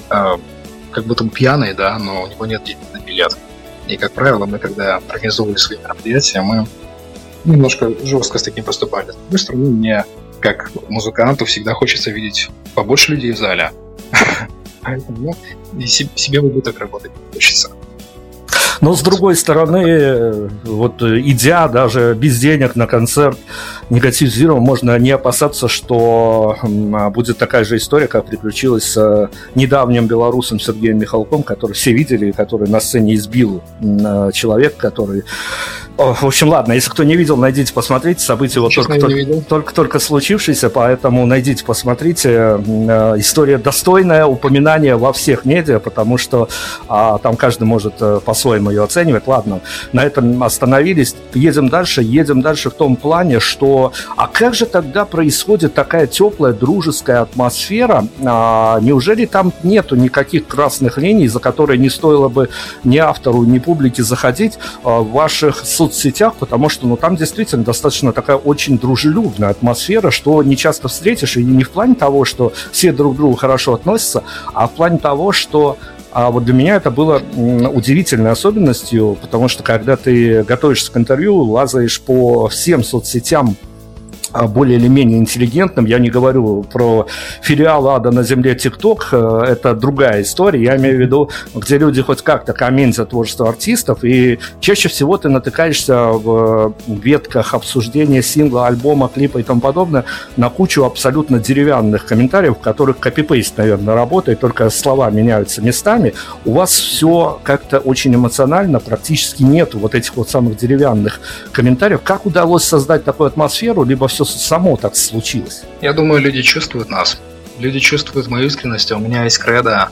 как будто бы пьяный, да, но у него нет денег на билет. И, как правило, мы, когда организовывали свои мероприятия, мы немножко жестко с таким поступали. С другой стороны, мне, как музыканту, всегда хочется видеть побольше людей в зале. Поэтому и себе в убыток работать хочется. Но с другой стороны, вот идя даже без денег на концерт Negative Zero, можно не опасаться, что будет такая же история, как приключилась с недавним белорусом Сергеем Михалком, который все видели, который на сцене избил человека, который... В общем, ладно, если кто не видел, найдите, посмотрите. Событие вот только случившееся, поэтому найдите, посмотрите. История достойная упоминания во всех медиа, потому что там каждый может по-своему ее оценивать. Ладно, на этом остановились. Едем дальше в том плане, что а как же тогда происходит такая теплая дружеская атмосфера? Неужели там нету никаких красных линий, за которые не стоило бы ни автору, ни публике заходить в ваших соцсетях, потому что там действительно достаточно такая очень дружелюбная атмосфера, что не часто встретишь, и не в плане того, что все друг к другу хорошо относятся, а в плане того, что вот для меня это было удивительной особенностью, потому что когда ты готовишься к интервью, лазаешь по всем соцсетям более или менее интеллигентным. Я не говорю про филиал ада на земле TikTok, это другая история. Я имею в виду, где люди хоть как-то комментят творчество артистов, и чаще всего ты натыкаешься в ветках обсуждения сингла, альбома, клипа и тому подобное на кучу абсолютно деревянных комментариев, в которых копипейст, наверное, работает, только слова меняются местами. У вас все как-то очень эмоционально, практически нету вот этих вот самых деревянных комментариев. Как удалось создать такую атмосферу, либо все само так случилось? Я думаю, люди чувствуют нас. Люди чувствуют мою искренность. У меня есть кредо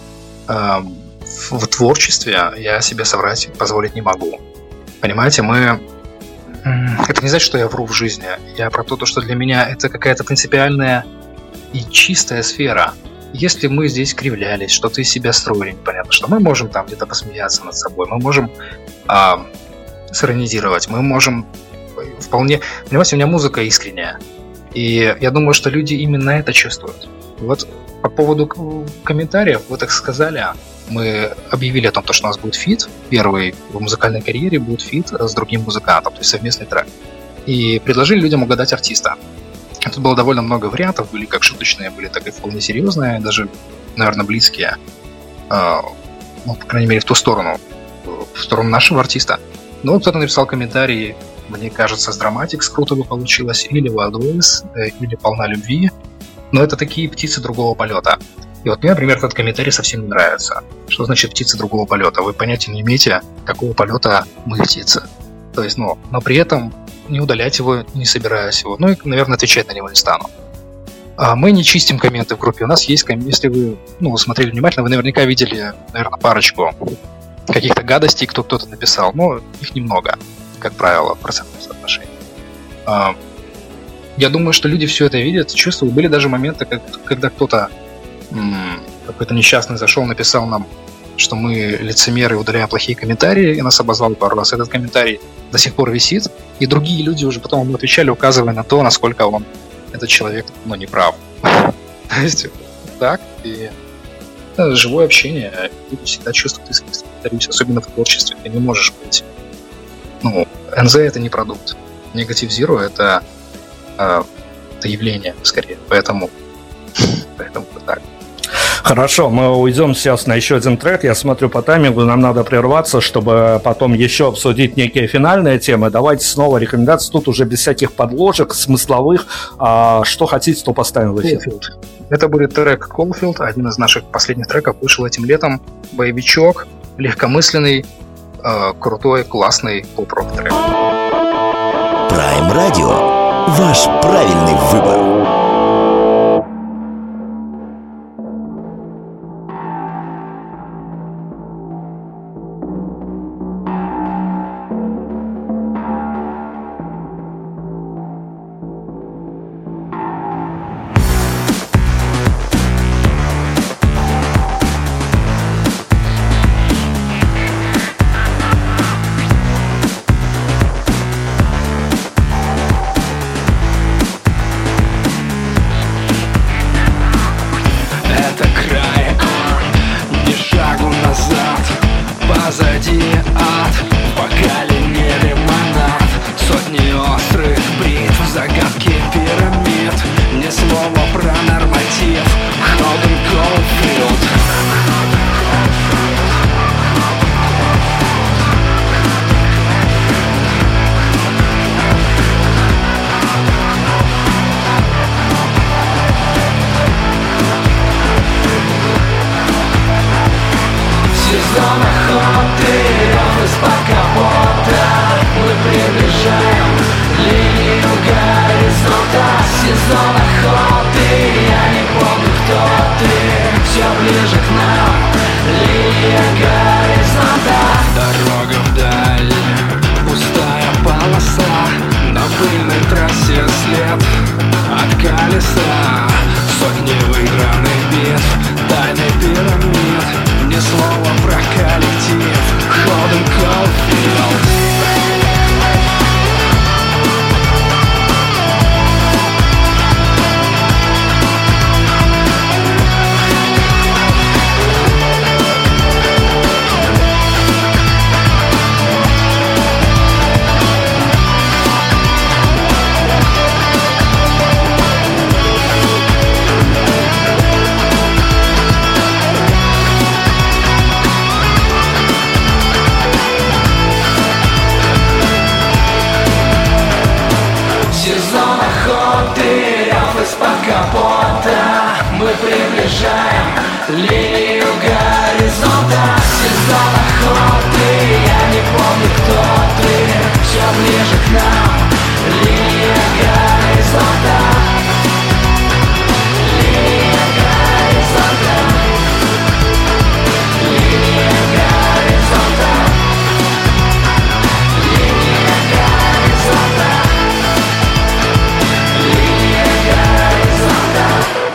в творчестве. Я себе соврать позволить не могу. Понимаете, это не значит, что я вру в жизни. Я про то, что для меня это какая-то принципиальная и чистая сфера. Если мы здесь кривлялись, что-то из себя строили, непонятно что, мы можем там где-то посмеяться над собой, мы можем сиронизировать, мы можем вполне... Понимаете, у меня музыка искренняя. И я думаю, что люди именно это чувствуют. Вот по поводу комментариев, вы так сказали, мы объявили о том, что у нас будет фит. Первый в музыкальной карьере будет фит с другим музыкантом, то есть совместный трек. И предложили людям угадать артиста. Тут было довольно много вариантов, были как шуточные, были так и вполне серьезные, даже, наверное, близкие. По крайней мере, в сторону нашего артиста. Но кто-то написал комментарий: мне кажется, с Dramatics круто бы получилось, или Wild Ways, или Полна любви. Но это такие птицы другого полета. И вот мне, например, этот комментарий совсем не нравится. Что значит птицы другого полета? Вы понятия не имеете, какого полета мы птицы. То есть, но при этом не удалять его, не собираюсь его. Ну и, наверное, отвечать на него не стану. Мы не чистим комменты в группе. У нас есть, если вы смотрели внимательно, вы наверняка видели, наверное, парочку каких-то гадостей, кто-то написал. Но их немного, как правило, в процентном соотношении. Я думаю, что люди все это видят, чувствуют. Были даже моменты, когда кто-то, какой-то несчастный зашел, написал нам, что мы лицемеры, удаляем плохие комментарии, и нас обозвал пару раз. Этот комментарий до сих пор висит, и другие люди уже потом ему отвечали, указывая на то, насколько этот человек, не прав. То есть, так, и живое общение, люди всегда чувствуют искренность, повторюсь, особенно в творчестве. Ты не можешь быть... НЗ — это не продукт. Negative Zero — это явление, скорее. Поэтому так. Хорошо, мы уйдем сейчас на еще один трек. Я смотрю по таймингу, нам надо прерваться, чтобы потом еще обсудить некие финальные темы. Давайте снова рекомендации. Тут уже без всяких подложек смысловых. Что хотите, то поставим в эфир. Caulfield. Это будет трек Caulfield, один из наших последних треков. Вышел этим летом. Боевичок, легкомысленный, крутой, классный поп-рок трек. Prime Radio. Ваш правильный выбор. линию горизонта. Сезон охоты, я не помню, кто ты. Все ближе к нам, линия горизонта. Линия горизонта. Линия горизонта. Линия горизонта. Линия горизонта.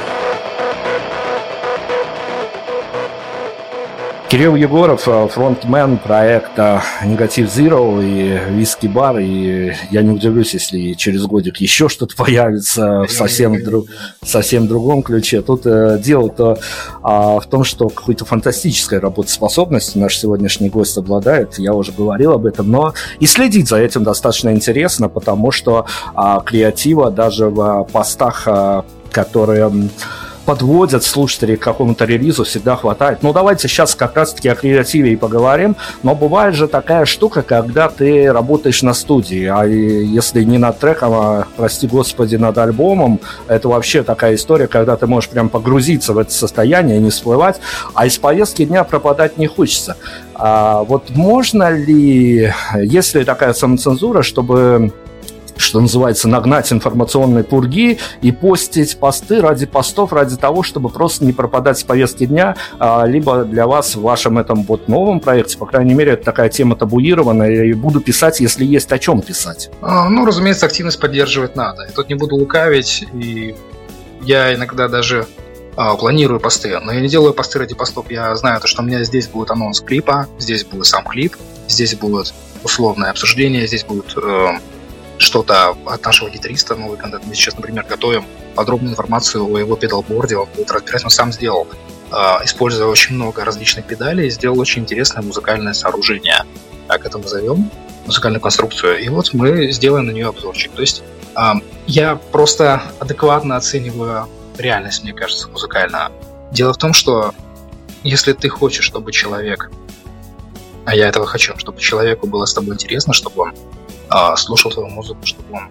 Кирилл Егоров, фронтмен проекта Negative Zero и Виски Бар, и я не удивлюсь, если через годик еще что-то появится в совсем другом ключе. Тут дело-то в том, что какой-то фантастической работоспособностью наш сегодняшний гость обладает, я уже говорил об этом, но и следить за этим достаточно интересно, потому что креатива даже в постах, которые подводят слушателей к какому-то релизу, всегда хватает. Ну, давайте сейчас как раз-таки о креативе и поговорим. Но бывает же такая штука, когда ты работаешь на студии, а если не над треком, а, прости господи, над альбомом, это вообще такая история, когда ты можешь прям погрузиться в это состояние и не всплывать, а из повестки дня пропадать не хочется. Вот можно ли, есть ли такая самоцензура, чтобы, что называется, нагнать информационные пурги и постить посты ради постов, ради того, чтобы просто не пропадать с повестки дня, либо для вас в вашем этом вот новом проекте, по крайней мере, это такая тема табуированная, и буду писать, если есть о чем писать. Ну, разумеется, активность поддерживать надо. Я тут не буду лукавить, и я иногда даже планирую посты, но я не делаю посты ради постов. Я знаю, что у меня здесь будет анонс клипа, здесь будет сам клип, здесь будет условное обсуждение, здесь будет что-то от нашего гитариста, новый контент. Мы сейчас, например, готовим подробную информацию о его педалборде, он будет разбирать, он сам сделал, используя очень много различных педалей, сделал очень интересное музыкальное сооружение, как это назовем, музыкальную конструкцию, и вот мы сделаем на нее обзорчик. То есть я просто адекватно оцениваю реальность, мне кажется, музыкально. Дело в том, что если ты хочешь, чтобы человек, а я этого хочу, чтобы человеку было с тобой интересно, чтобы он слушал твою музыку, чтобы он,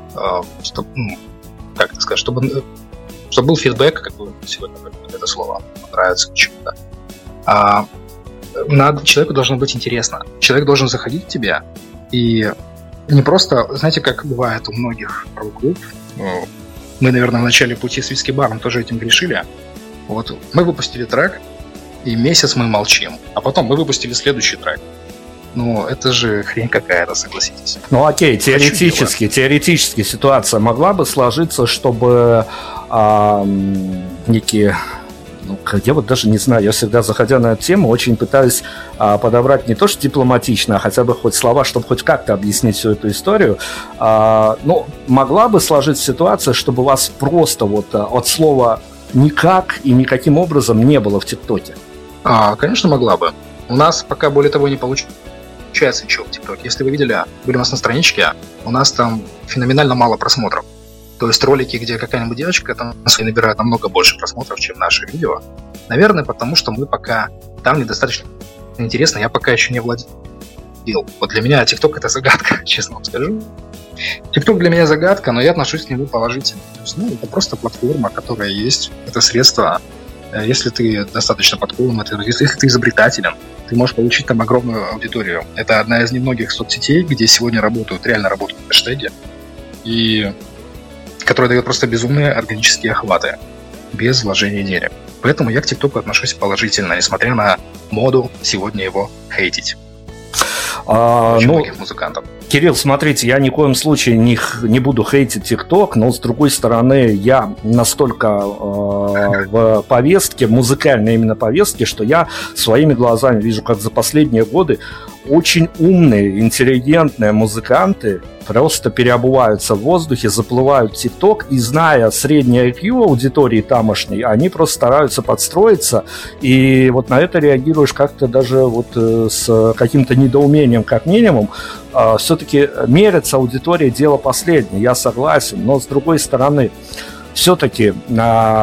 как это сказать, чтобы был фидбэк, как бы сегодня это слово нравится почему-то. Человеку должно быть интересно. Человек должен заходить к тебе и не просто, знаете, как бывает у многих рок-групп, мы, наверное, в начале пути с Виски Баром тоже этим грешили. Вот мы выпустили трек, и месяц мы молчим, а потом мы выпустили следующий трек. Ну, это же хрень какая-то, согласитесь. Ну, окей, теоретически ситуация могла бы сложиться, чтобы некие... Ну, я вот даже не знаю, я всегда, заходя на эту тему, очень пытаюсь подобрать не то, что дипломатично, а хотя бы хоть слова, чтобы хоть как-то объяснить всю эту историю. Ну, могла бы сложиться ситуация, чтобы вас просто вот от слова «никак» и никаким образом не было в ТикТоке? Конечно, могла бы. У нас пока, более того, не получается ничего в ТикТоке. Если вы видели, были у нас на страничке, у нас там феноменально мало просмотров. То есть ролики, где какая-нибудь девочка там набирает намного больше просмотров, чем наши видео. Наверное, потому что мы пока там недостаточно интересно, я пока еще не владел. Вот для меня ТикТок — это загадка, честно вам скажу. ТикТок для меня загадка, но я отношусь к нему положительно. То есть, это просто платформа, которая есть, это средство. Если ты достаточно подкованный, если ты изобретателен, ты можешь получить там огромную аудиторию. Это одна из немногих соцсетей, где сегодня реально работают хэштеги, и которая дает просто безумные органические охваты, без вложения денег. Поэтому я к ТикТоку отношусь положительно, несмотря на моду сегодня его хейтить. Многих музыкантов. Кирилл, смотрите, я ни в коем случае не буду хейтить ТикТок, но с другой стороны, я настолько в повестке, музыкальной именно повестке, что я своими глазами вижу, как за последние годы очень умные, интеллигентные музыканты просто переобуваются в воздухе, заплывают в ТикТок, и, зная средний IQ аудитории тамошней, они просто стараются подстроиться, и вот на это реагируешь как-то даже вот с каким-то недоумением, как минимум. Все-таки мериться аудиторией — дело последнее, я согласен, но с другой стороны, все-таки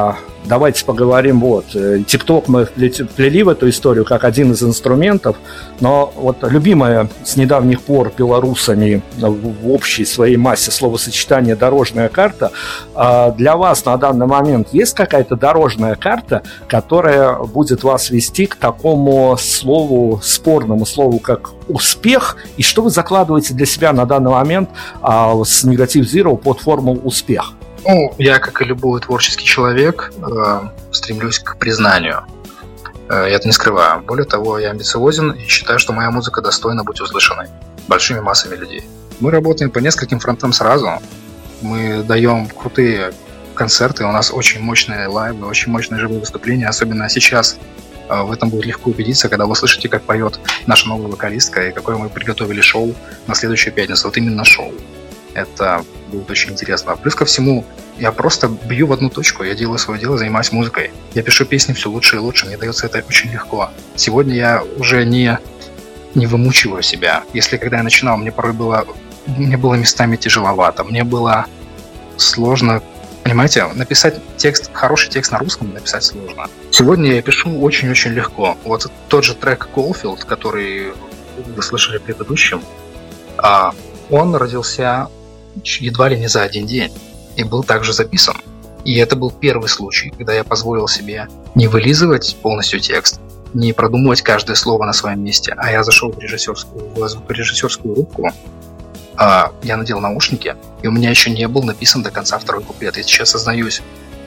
давайте поговорим вот. TikTok мы вплели в эту историю как один из инструментов, но вот любимое с недавних пор белорусами в общей своей массе словосочетание «дорожная карта». Для вас на данный момент есть какая-то дорожная карта, которая будет вас вести к такому слову, спорному слову, как успех, и что вы закладываете для себя на данный момент с Negative Zero под формулу успех? Ну, я, как и любой творческий человек, стремлюсь к признанию. Я это не скрываю. Более того, я амбициозен и считаю, что моя музыка достойна быть услышанной большими массами людей. Мы работаем по нескольким фронтам сразу. Мы даем крутые концерты, у нас очень мощные лайвы, очень мощные живые выступления, особенно сейчас. В этом будет легко убедиться, когда вы слышите, как поет наша новая вокалистка и какое мы приготовили шоу на следующую пятницу. Вот именно шоу. Это будет очень интересно. Плюс ко всему, я просто бью в одну точку, я делаю свое дело, занимаюсь музыкой. Я пишу песни все лучше и лучше, мне дается это очень легко. Сегодня я уже не вымучиваю себя. Если когда я начинал, мне было местами тяжеловато, мне было сложно. Понимаете, написать хороший текст на русском написать сложно. Сегодня я пишу очень-очень легко. Вот тот же трек Caulfield, который вы слышали в предыдущем, он родился едва ли не за один день и был также записан. И это был первый случай, когда я позволил себе не вылизывать полностью текст, не продумывать каждое слово на своем месте, а я зашел в звукорежиссерскую рубку, я надел наушники, и у меня еще не был написан до конца второй куплет. Я сейчас сознаюсь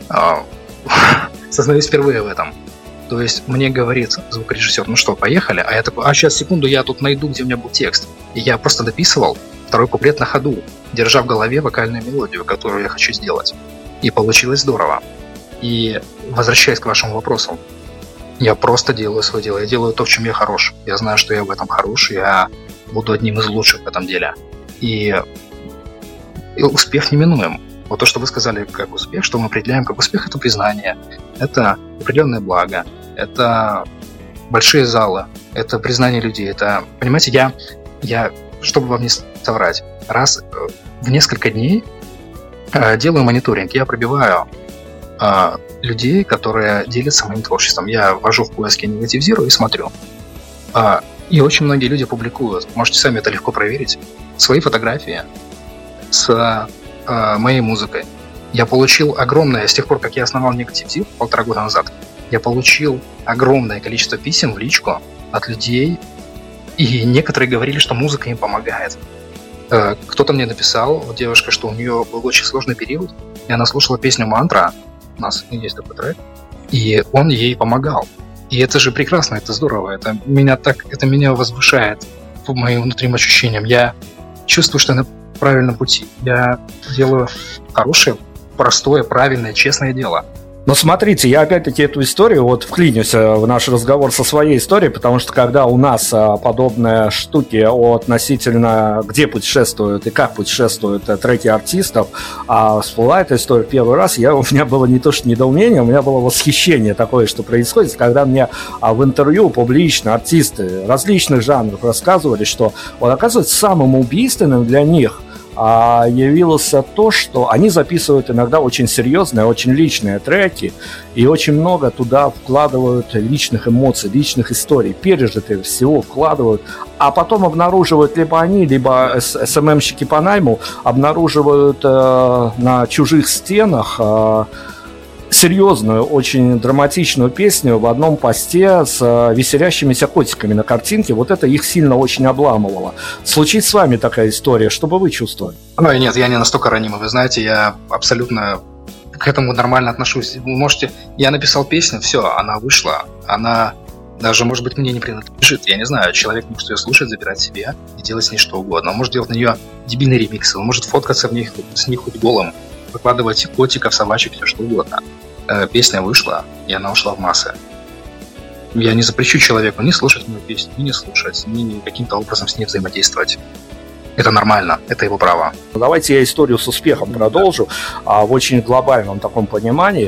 впервые в этом. То есть мне говорит звукорежиссер: ну что, поехали? А я такой: сейчас, секунду, я тут найду, где у меня был текст. И я просто дописывал второй куплет на ходу, держа в голове вокальную мелодию, которую я хочу сделать. И получилось здорово. И возвращаясь к вашему вопросу, я просто делаю свое дело. Я делаю то, в чем я хорош. Я знаю, что я в этом хорош, я буду одним из лучших в этом деле. И успех неминуем. Вот то, что вы сказали как успех, что мы определяем как успех, это признание, это определенное благо, это большие залы, это признание людей. Это, понимаете, я, чтобы вам не соврать, раз в несколько дней делаю мониторинг, я пробиваю людей, которые делятся моим творчеством. Я ввожу в поиске Negative Zero и смотрю. И очень многие люди публикуют, можете сами это легко проверить, свои фотографии с моей музыкой. Я получил огромное, с тех пор, как я основал Negative Zero 1,5 года назад, я получил огромное количество писем в личку от людей, и некоторые говорили, что музыка им помогает. Кто-то мне написал, девушка, что у нее был очень сложный период, и она слушала песню «Мантра», у нас есть такой трек, и он ей помогал. И это же прекрасно, это здорово, это меня возвышает по моим внутренним ощущениям. Я чувствую, что я на правильном пути. Я делаю хорошее, простое, правильное, честное дело. Но смотрите, я опять-таки эту историю вот вклинюсь в наш разговор со своей историей, потому что когда у нас подобные штуки относительно где путешествуют и как путешествуют треки артистов, всплывает эта история первый раз, у меня было не то что недоумение, у меня было восхищение такое, что происходит, когда мне в интервью публично артисты различных жанров рассказывали, что вот оказывается самым убийственным для них явилось то, что они записывают иногда очень серьезные, очень личные треки и очень много туда вкладывают личных эмоций, личных историй, пережитых всего вкладывают, а потом обнаруживают либо они, либо СММщики по найму обнаруживают на чужих стенах серьезную, очень драматичную песню в одном посте с веселящимися котиками на картинке. Вот это их сильно очень обламывало. Случится с вами такая история, что бы вы чувствовали? Нет, я не настолько ранимый. Вы знаете, я абсолютно к этому нормально отношусь. Вы можете... Я написал песню, все, она вышла. Она даже, может быть, мне не принадлежит. Я не знаю, человек может ее слушать, забирать себе и делать с ней что угодно. Он может делать на нее дебильный ремикс, он может фоткаться с них хоть голым, выкладывать котиков, собачек, все что угодно. Песня вышла, и она ушла в массы. Я не запрещу человеку ни слушать мою песню, ни не слушать, ни каким-то образом с ней взаимодействовать. Это нормально, это его право. Давайте я историю с успехом продолжу в очень глобальном таком понимании.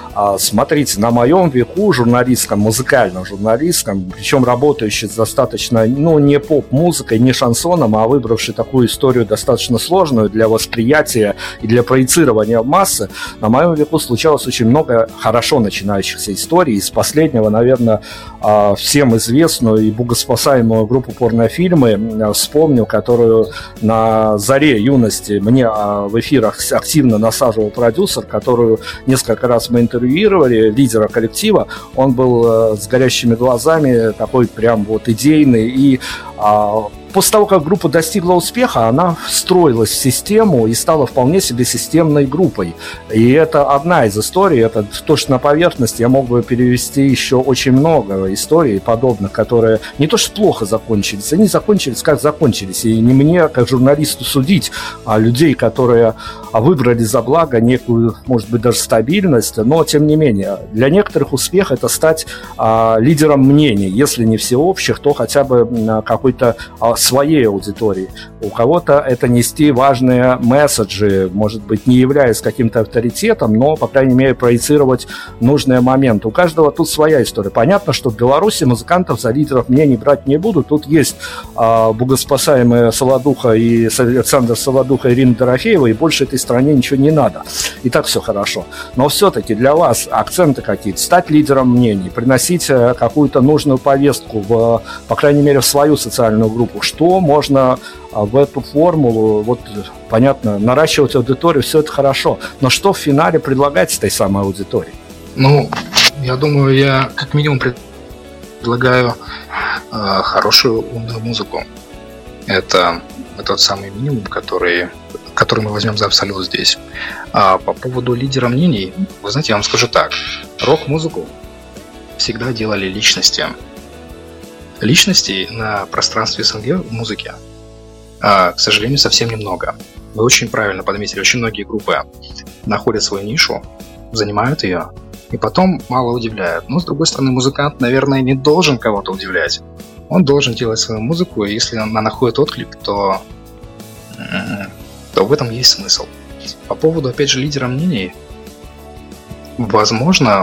Смотрите, на моем веку журналистском, музыкальном журналистском, причем работающий с достаточно, не поп-музыкой, не шансоном, а выбравший такую историю достаточно сложную для восприятия и для проецирования в массы, на моем веку случалось очень много хорошо начинающихся историй. Из последнего, наверное, всем известную и богоспасаемую группу «Порнофильмы» вспомнил, которую на заре юности мне в эфирах активно насаживал продюсер, которую несколько раз мы интервьюировали, лидера коллектива. Он был с горящими глазами, такой прям вот идейный. И после того, как группа достигла успеха, она встроилась в систему и стала вполне себе системной группой. И это одна из историй. Это то, что на поверхности я мог бы перевести еще очень много историй подобных, которые не то что плохо закончились, они закончились как закончились. И не мне, как журналисту, судить людей, которые выбрали за благо некую, может быть, даже стабильность, но тем не менее. Для некоторых успех – это стать лидером мнений. Если не всеобщих, то хотя бы какой-то своей аудитории. У кого-то это нести важные месседжи, может быть, не являясь каким-то авторитетом, но, по крайней мере, проецировать нужные моменты. У каждого тут своя история. Понятно, что в Беларуси музыкантов за лидеров мнений брать не буду. Тут есть богоспасаемые Солодуха и Александр Солодуха и Ирина Дорофеева, и больше этой стране ничего не надо. И так все хорошо. Но все-таки для вас акценты какие-то. Стать лидером мнений, приносить какую-то нужную повестку, по крайней мере, в свою социальную группу. Что можно в эту формулу, вот, понятно, наращивать аудиторию, все это хорошо. Но что в финале предлагать этой самой аудитории? Я думаю, я как минимум предлагаю хорошую умную музыку. Это тот самый минимум, который мы возьмем за абсолют здесь. А по поводу лидера мнений, вы знаете, я вам скажу так. Рок-музыку всегда делали личности. Личностей на пространстве СНГ в музыке, к сожалению, совсем немного. Вы очень правильно подметили, очень многие группы находят свою нишу, занимают ее, и потом мало удивляют. Но, с другой стороны, музыкант, наверное, не должен кого-то удивлять. Он должен делать свою музыку, и если она находит отклик, то в этом есть смысл. По поводу, опять же, лидера мнений, возможно,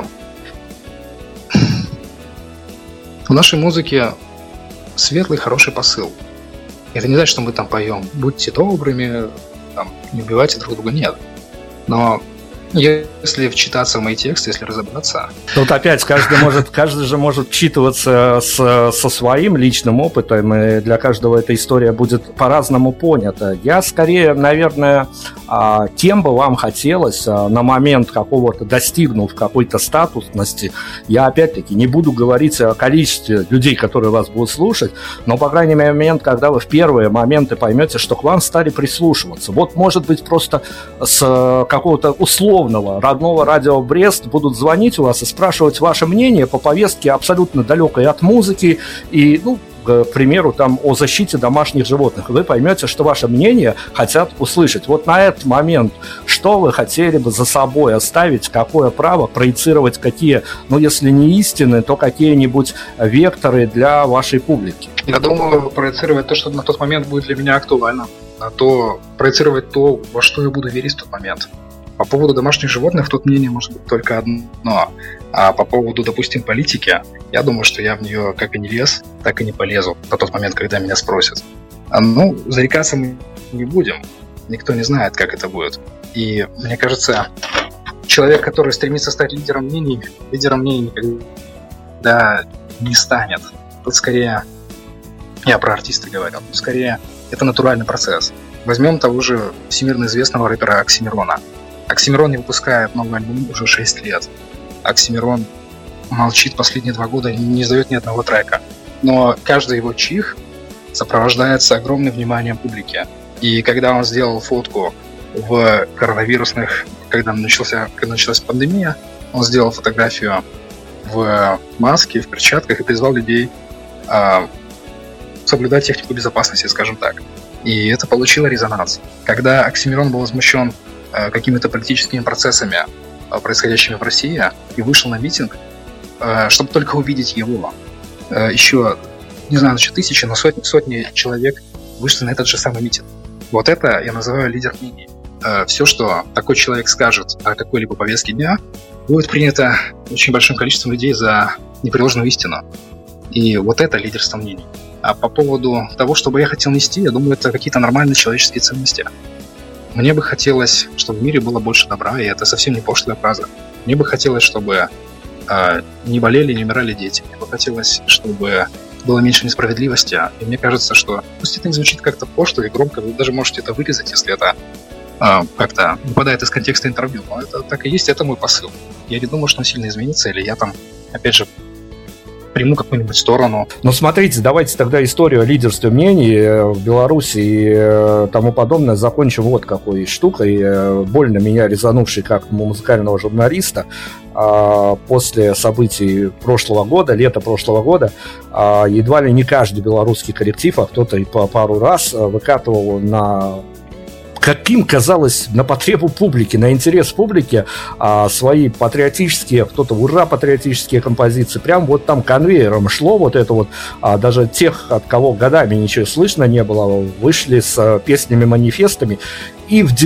в нашей музыке светлый, хороший посыл. Это не значит, что мы там поем «Будьте добрыми», там, не убивайте друг друга, нет. Но если вчитаться в мои тексты, если разобраться... Вот опять, каждый же может вчитываться со своим личным опытом, и для каждого эта история будет по-разному понята. Я скорее, наверное, кем бы вам хотелось на момент какого-то, достигнув какой-то статусности, я опять-таки не буду говорить о количестве людей, которые вас будут слушать, но, по крайней мере, момент, когда вы в первые моменты поймете, что к вам стали прислушиваться. Вот, может быть, просто с какого-то условного родного радио Брест будут звонить у вас и спрашивать ваше мнение по повестке абсолютно далекой от музыки и, к примеру, там о защите домашних животных. Вы поймете, что ваше мнение хотят услышать. Вот на этот момент что вы хотели бы за собой оставить, какое право проецировать какие, если не истины, то какие-нибудь векторы для вашей публики? Я думаю, проецировать то, что на тот момент будет для меня актуально, проецировать то, во что я буду верить в тот момент. По поводу домашних животных тут мнение может быть только одно. А по поводу, допустим, политики, я думаю, что я в нее как и не лез, так и не полезу на тот момент, когда меня спросят. Зарекаться мы не будем. Никто не знает, как это будет. И мне кажется, человек, который стремится стать лидером мнений никогда не станет. Тут скорее, я про артиста говорил, скорее это натуральный процесс. Возьмем того же всемирно известного рэпера Оксимирона. Оксимирон не выпускает новый альбом уже 6 лет. Оксимирон молчит последние 2 года и не издает ни одного трека. Но каждый его чих сопровождается огромным вниманием публики. И когда он сделал фотку в коронавирусных, когда началась пандемия, он сделал фотографию в маске, в перчатках и призвал людей соблюдать технику безопасности, скажем так. И это получило резонанс. Когда Оксимирон был возмущен какими-то политическими процессами, происходящими в России, и вышел на митинг, чтобы только увидеть его. Еще, не знаю, тысячи, но сотни человек вышли на этот же самый митинг. Вот это я называю лидер мнений. Все, что такой человек скажет о какой-либо повестке дня, будет принято очень большим количеством людей за непреложную истину. И вот это лидерство мнений. А по поводу того, что бы я хотел нести, я думаю, это какие-то нормальные человеческие ценности. Мне бы хотелось, чтобы в мире было больше добра, и это совсем не пошлая фраза. Мне бы хотелось, чтобы не болели, не умирали дети. Мне бы хотелось, чтобы было меньше несправедливости. И мне кажется, что пусть это не звучит как-то пошло и громко, вы даже можете это вырезать, если это как-то выпадает из контекста интервью. Но это так и есть, это мой посыл. Я не думаю, что он сильно изменится, или я там, опять же, приму какую-нибудь сторону. Ну, смотрите, давайте тогда историю о лидерстве мнений в Беларуси и тому подобное закончим вот какой штукой, больно меня резанувшей как музыкального журналиста. После событий прошлого года, лета прошлого года, едва ли не каждый белорусский коллектив, а кто-то и по пару раз выкатывал на... каким казалось на потребу публики, на интерес публики свои патриотические, кто-то ура патриотические композиции, прям вот там конвейером шло вот это вот, даже тех, от кого годами ничего слышно не было, вышли с песнями-манифестами, и в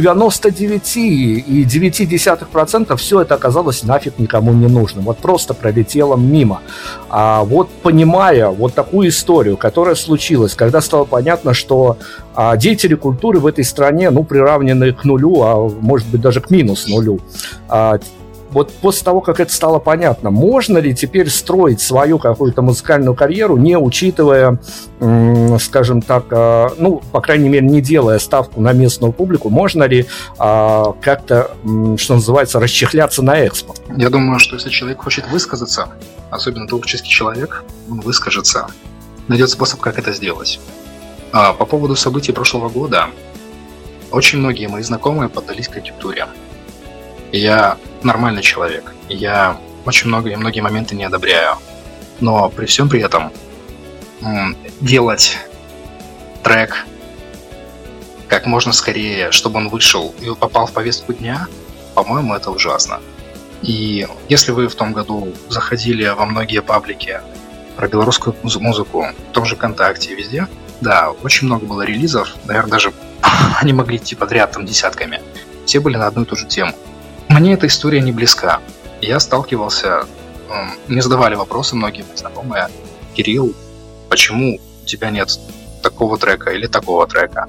99,9% все это оказалось нафиг никому не нужным, вот просто пролетело мимо. А вот понимая вот такую историю, которая случилась, когда стало понятно, что деятели культуры в этой стране, ну, приравнены к нулю, а может быть даже к минус нулю. Вот после того, как это стало понятно, можно ли теперь строить свою какую-то музыкальную карьеру, не учитывая, скажем так, ну, по крайней мере, не делая ставку на местную публику, можно ли как-то, что называется, расчехляться на экспорт? Я думаю, что если человек хочет высказаться, особенно творческий человек, он выскажется, найдет способ, как это сделать. По поводу событий прошлого года, очень многие мои знакомые поддались конъюнктуре. Я нормальный человек, я очень многие моменты не одобряю. Но при всем при этом делать трек как можно скорее, чтобы он вышел и попал в повестку дня, по-моему, это ужасно. И если вы в том году заходили во многие паблики про белорусскую музыку, в том же ВКонтакте и везде, да, очень много было релизов, наверное, даже они могли идти подряд там десятками. Все были на одну и ту же тему. Мне эта история не близка. Я сталкивался, мне задавали вопросы многие мои знакомые: Кирилл, почему у тебя нет такого трека или такого трека?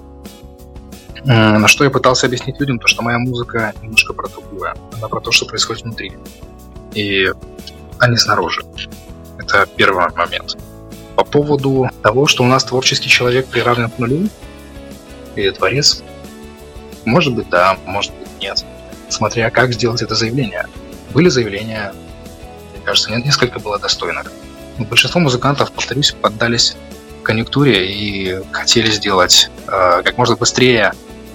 На что я пытался объяснить людям, то, что моя музыка немножко про другое. Она про то, что происходит внутри. И а не снаружи. Это первый момент. По поводу того, что у нас творческий человек приравнен к нулю, или творец, может быть, да, может быть, нет. Смотря как сделать это заявление. Были заявления, мне кажется, несколько было достойных. Но большинство музыкантов, повторюсь, поддались конъюнктуре и хотели сделать как можно быстрее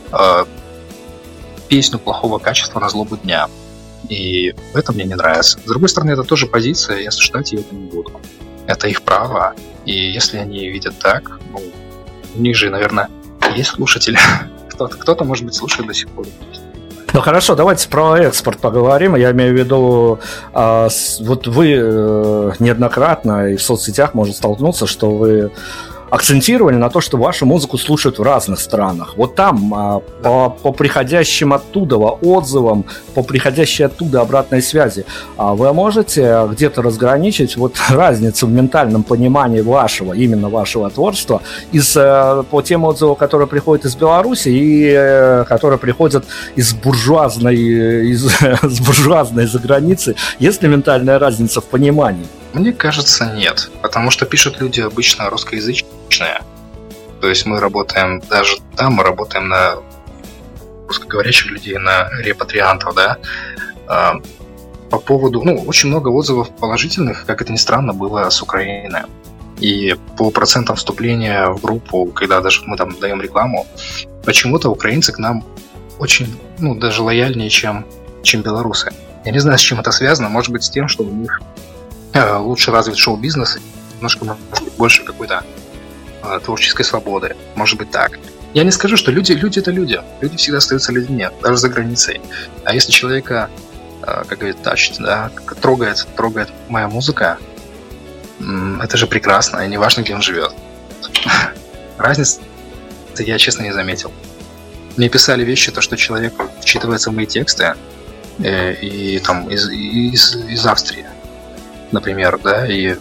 песню плохого качества на злобу дня. И это мне не нравится. С другой стороны, это тоже позиция, я осуждать ее не буду. Это их право. И если они видят так, ну, у них же, наверное, есть слушатели. Кто-то, может быть, слушает до сих пор. Ну хорошо, давайте про экспорт поговорим. Я имею в виду, вот вы неоднократно и в соцсетях можно столкнуться, что вы акцентировали на то, что вашу музыку слушают в разных странах. Вот там по приходящим оттуда отзывам, по приходящей оттуда обратной связи, вы можете где-то разграничить вот разницу в ментальном понимании именно вашего творчества по тем отзывам, которые приходят из Беларуси и которые приходят из буржуазной за границы? Есть ли ментальная разница в понимании? Мне кажется, нет. Потому что пишут люди обычно русскоязычные. То есть мы работаем даже там, мы работаем на русскоговорящих людей, на репатриантов, да. По поводу, очень много отзывов положительных, как это ни странно, было с Украины. И по процентам вступления в группу, когда даже мы там даем рекламу, почему-то украинцы к нам очень, даже лояльнее, чем белорусы. Я не знаю, с чем это связано. Может быть, с тем, что у них лучше развит шоу-бизнес, немножко, может быть, больше какой-то творческой свободы. Может быть, так. Я не скажу, что люди это люди. Люди всегда остаются людьми, даже за границей. А если человека, как говорит, тащит, да, трогает моя музыка, это же прекрасно, и не важно, где он живет. Разницы я, честно, не заметил. Мне писали вещи, то, что человек вчитывается в мои тексты, и там из Австрии, например, да, и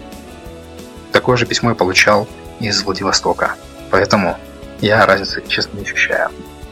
такое же письмо я получал из Владивостока. Поэтому я разницы, честно, не ощущаю.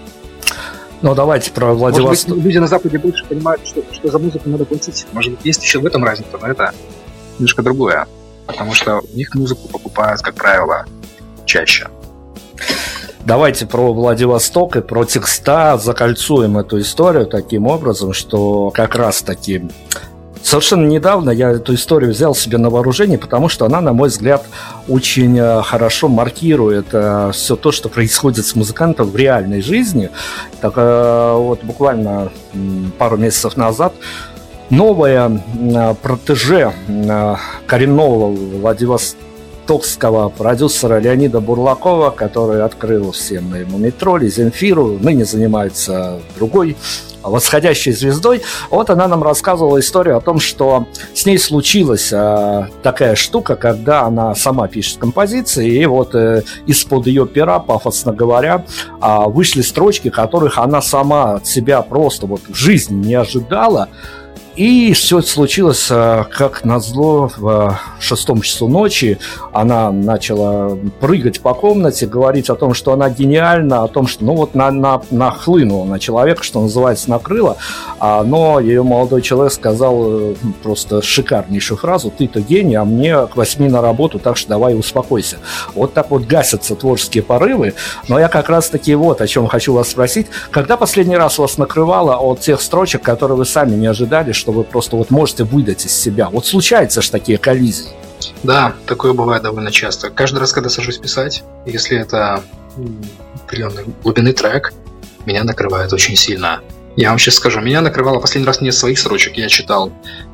Ну, давайте про Владивосток. Может быть, люди на Западе больше понимают, что за музыку надо платить. Может быть, есть еще в этом разница, но это немножко другое. Потому что у них музыку покупают, как правило, чаще. Давайте про Владивосток и про текста закольцуем эту историю таким образом, что как раз-таки совершенно недавно я эту историю взял себе на вооружение, потому что она, на мой взгляд, очень хорошо маркирует все то, что происходит с музыкантом в реальной жизни. Так вот, буквально пару месяцев назад новая протеже коренного владивостокского продюсера Леонида Бурлакова, который открыл всем и Мумитроль, и Земфиру, ныне занимается другой восходящей звездой. Вот она нам рассказывала историю о том, что с ней случилась такая штука, когда она сама пишет композиции, и вот из-под ее пера, пафосно говоря, вышли строчки, которых она сама от себя просто вот в жизни не ожидала. И все это случилось, как назло, в 6 часу ночи. Она начала прыгать по комнате, говорить о том, что она гениальна, о том, что ну вот нахлынула на человека, что называется, накрыла. Но ее молодой человек сказал просто шикарнейшую фразу: «Ты-то гений, а мне к 8 на работу, так что давай успокойся». Вот так вот гасятся творческие порывы. Но я как раз-таки вот о чем хочу вас спросить. Когда последний раз вас накрывало от тех строчек, которые вы сами не ожидали, что вы просто вот можете выдать из себя? Вот случаются же такие коллизии. Да, такое бывает довольно часто. Каждый раз, когда сажусь писать, если это определенной глубины трек, меня накрывает очень сильно. Я вам сейчас скажу, меня накрывало последний раз не из своих строчек. Я читал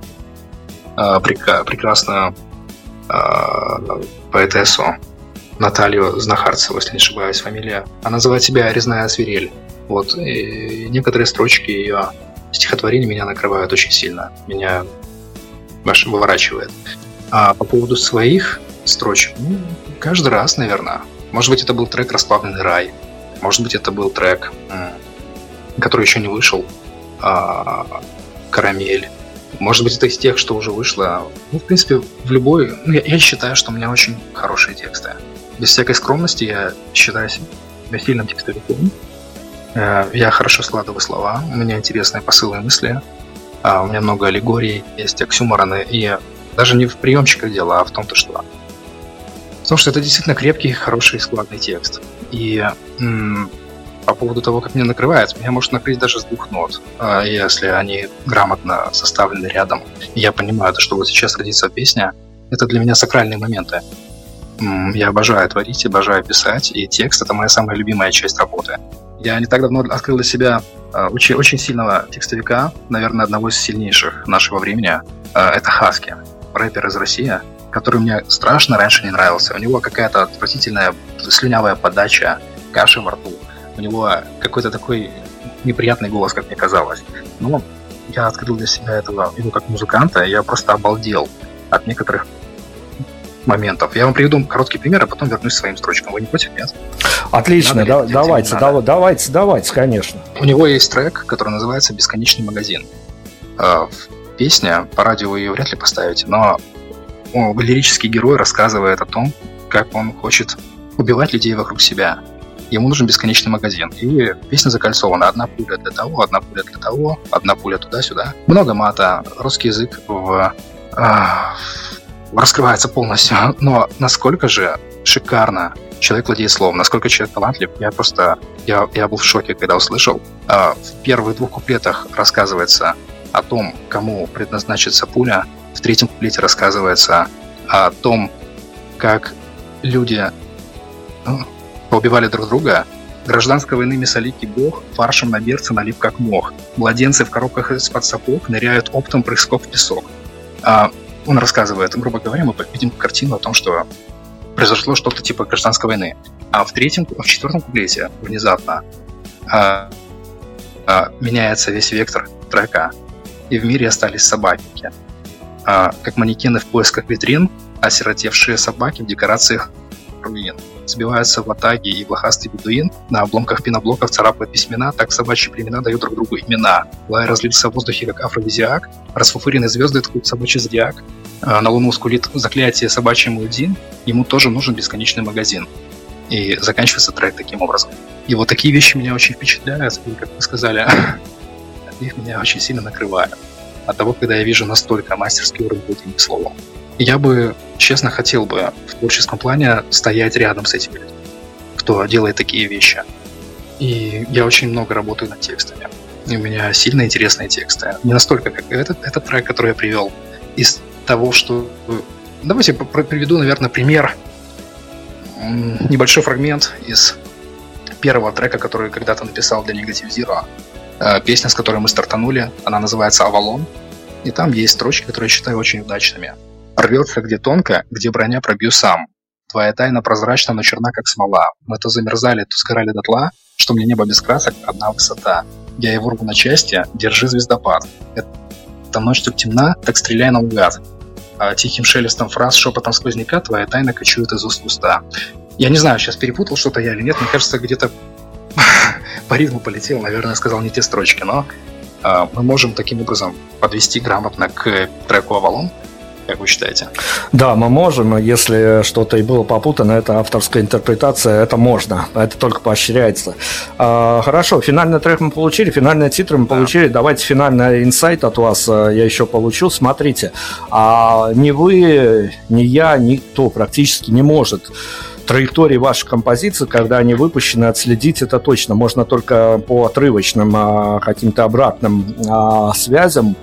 прекрасную поэтессу Наталью Знахарцеву, если не ошибаюсь, фамилия. Она называет себя «Резная свирель». Вот, и некоторые строчки ее стихотворения меня накрывают очень сильно. Меня выворачивает. А по поводу своих строчек, каждый раз, наверное. Может быть, это был трек «Расплавленный рай». Может быть, это был трек, который еще не вышел, «Карамель». Может быть, это из тех, что уже вышло. Ну, в принципе, в любой... я считаю, что у меня очень хорошие тексты. Без всякой скромности я считаю себя сильным текстовиком. Я хорошо складываю слова, у меня интересные посылы и мысли, у меня много аллегорий, есть оксюмороны, и даже не в приемчиках дело, а в том, что это действительно крепкий, хороший, складный текст. И по поводу того, как меня накрывает, меня может накрыть даже с 2 нот, если они грамотно составлены рядом. И я понимаю, что вот сейчас родится песня, это для меня сакральные моменты. Я обожаю творить, обожаю писать, и текст — это моя самая любимая часть работы. Я не так давно открыл для себя очень сильного текстовика, наверное, одного из сильнейших нашего времени. Это Хаски, рэпер из России, который мне страшно раньше не нравился. У него какая-то отвратительная слюнявая подача, каша во рту. У него какой-то такой неприятный голос, как мне казалось. Но я открыл для себя его как музыканта, и я просто обалдел от некоторых моментов. Я вам приведу короткий пример, а потом вернусь к своим строчкам. Вы не против, нет? Отлично, давайте, конечно. У него есть трек, который называется «Бесконечный магазин». Песня, по радио вы ее вряд ли поставите, но лирический герой рассказывает о том, как он хочет убивать людей вокруг себя. Ему нужен бесконечный магазин. И песня закольцована. Одна пуля для того, одна пуля для того, одна пуля туда-сюда. Много мата, русский язык раскрывается полностью. Но насколько же шикарно человек владеет словом, насколько человек талантлив, я был в шоке, когда услышал. В первых 2 куплетах рассказывается о том, кому предназначится пуля. В 3-м куплете рассказывается о том, как люди поубивали друг друга. Гражданской войны мясоликий бог фаршем на берцы налип как мох. Младенцы в коробках из-под сапог ныряют оптом прысков в песок. Он рассказывает, грубо говоря, мы видим картину о том, что произошло что-то типа гражданской войны. А в 4-м куплете внезапно меняется весь вектор трека, и в мире остались собаки. Как манекены в поисках витрин, осиротевшие собаки в декорациях руин. Сбиваются в атаге и блохастый бедуин, на обломках пеноблоков царапают письмена, так собачьи племена дают друг другу имена. Лай разлился в воздухе, как афродизиак, расфуфыренные звезды ткут собачий зодиак. На луну скулит заклятие собачий мулдин, ему тоже нужен бесконечный магазин. И заканчивается трек таким образом. И вот такие вещи меня очень впечатляют, и, как вы сказали, их меня очень сильно накрывают. От того, когда я вижу настолько мастерский уровень владения словом. Я бы, честно, хотел бы в творческом плане стоять рядом с этими людьми, кто делает такие вещи. И я очень много работаю над текстами. И у меня сильно интересные тексты. Не настолько, как этот трек, который я привел. Из того, что... Давайте приведу, наверное, пример. Небольшой фрагмент из первого трека, который когда-то написал для Negative Zero. Песня, с которой мы стартанули, она называется «Авалон». И там есть строчки, которые я считаю очень удачными. «Рвется где тонко, где броня пробью сам. Твоя тайна прозрачна, но черна, как смола. Мы то замерзали, то сгорали дотла, что мне небо без красок, одна высота. Я его рву на части, держи звездопад. Эта ночь так темна, так стреляй наугад. Тихим шелестом фраз, шепотом сквозняка твоя тайна кочует из уст в уста». Я не знаю, сейчас перепутал что-то я или нет, мне кажется, где-то по ритму полетел, наверное, сказал не те строчки, но мы можем таким образом подвести грамотно к треку «Авалон». Как вы считаете? Да, мы можем. Если что-то и было попутано, это авторская интерпретация, это можно. Это только поощряется. Хорошо, финальный трек мы получили, финальные титры мы получили. Давайте финальный инсайт от вас я еще получу. Смотрите, ни вы, ни я, никто практически не может траектории вашей композиции, когда они выпущены, отследить это точно. Можно только по отрывочным каким-то обратным связям,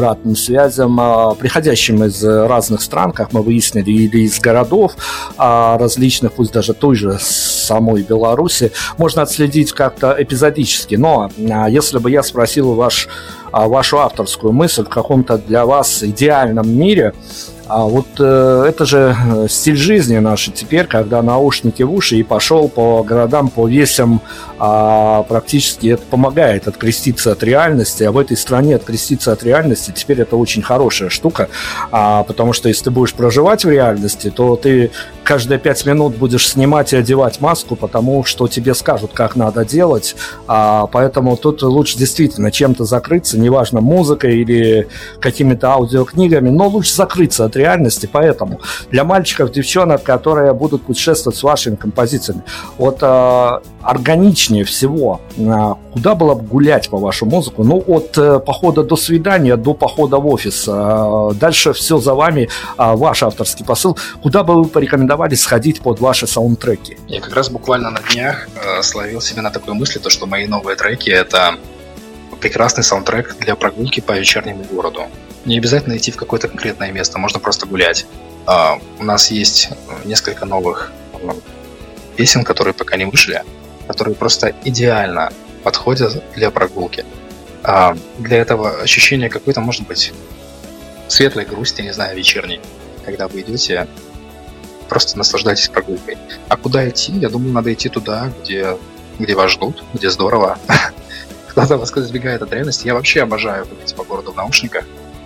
приходящим из разных стран, как мы выяснили, или из городов различных, пусть даже той же самой Беларуси, можно отследить как-то эпизодически. Но если бы я спросил вашу авторскую мысль в каком-то для вас идеальном мире, вот это же стиль жизни наш теперь, когда наушники в уши и пошел по городам, по весям, практически это помогает откреститься от реальности, а в этой стране откреститься от реальности теперь это очень хорошая штука, потому что если ты будешь проживать в реальности, то ты каждые 5 минут будешь снимать и одевать маску, потому что тебе скажут, как надо делать, поэтому тут лучше действительно чем-то закрыться, неважно, музыкой или какими-то аудиокнигами, но лучше закрыться от реальности, поэтому для мальчиков, девчонок, которые будут путешествовать с вашими композициями, вот органичнее всего, куда было бы гулять по вашу музыку? Ну, от похода до свидания до похода в офис. Дальше все за вами, ваш авторский посыл. Куда бы вы порекомендовали сходить под ваши саундтреки? Я как раз буквально на днях словил себя на такой мысли, то, что мои новые треки — это прекрасный саундтрек для прогулки по вечернему городу. Не обязательно идти в какое-то конкретное место, можно просто гулять. У нас есть несколько новых песен, которые пока не вышли, которые просто идеально подходят для прогулки. Для этого ощущение какой-то, может быть, светлой грусти, не знаю, вечерней, когда вы идете, просто наслаждайтесь прогулкой. А куда идти? Я думаю, надо идти туда, где вас ждут, где здорово. Когда вас избегает от реальности. Я вообще обожаю ходить по городу в наушниках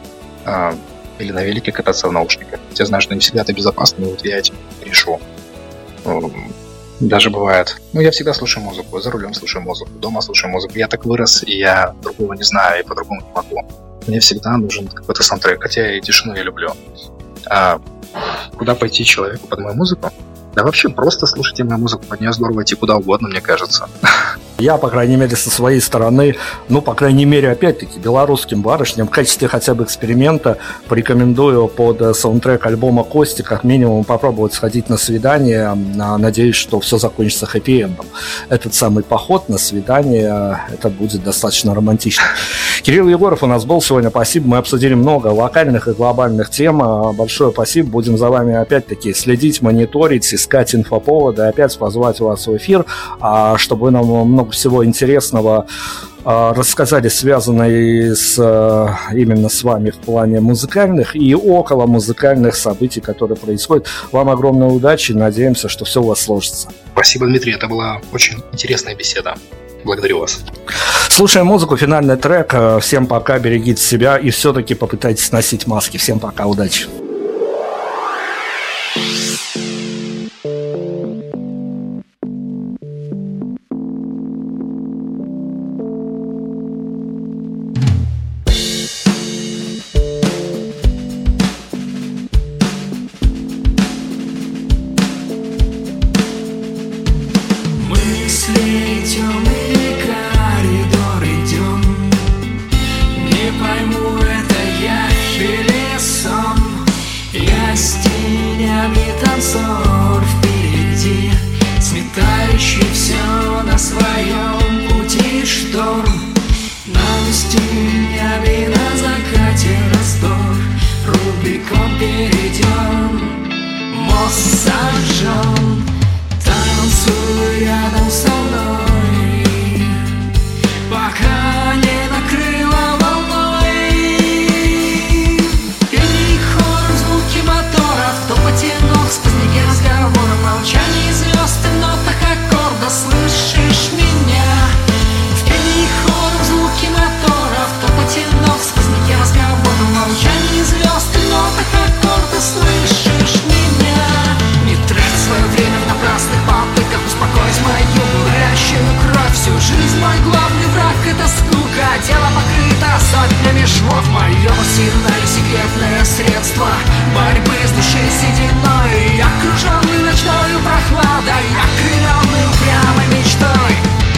или на велике кататься в наушниках. Я знаю, что не всегда это безопасно, но вот я этим решу. Даже бывает. Я всегда слушаю музыку, за рулем слушаю музыку, дома слушаю музыку. Я так вырос, и я другого не знаю, и по-другому не могу. Мне всегда нужен какой-то саундтрек, хотя и тишину я люблю. Куда пойти человеку под мою музыку? Да вообще просто слушайте мою музыку, под нее здорово идти куда угодно, мне кажется. Я, по крайней мере, со своей стороны, по крайней мере, опять-таки, белорусским барышням в качестве хотя бы эксперимента порекомендую под саундтрек альбома Кости как минимум попробовать сходить на свидание. Надеюсь, что все закончится хэппи-эндом. Этот самый поход на свидание, это будет достаточно романтично. Кирилл Егоров у нас был сегодня. Спасибо. Мы обсудили много локальных и глобальных тем. Большое спасибо. Будем за вами опять-таки следить, мониторить, искать инфоповоды, опять позвать вас в эфир, чтобы вы нам много всего интересного рассказали, связанные именно с вами в плане музыкальных и около музыкальных событий, которые происходят. Вам огромной удачи. Надеемся, что все у вас сложится. Спасибо, Дмитрий. Это была очень интересная беседа. Благодарю вас. Слушаем музыку, финальный трек. Всем пока, берегите себя и все-таки попытайтесь носить маски. Всем пока, удачи. мой главный враг — это скука. Тело покрыто сотнями швов, в моем арсенале секретное средство борьбы с душой сединой. Я окруженный ночною прохладой, окрыленный упрямой мечтой.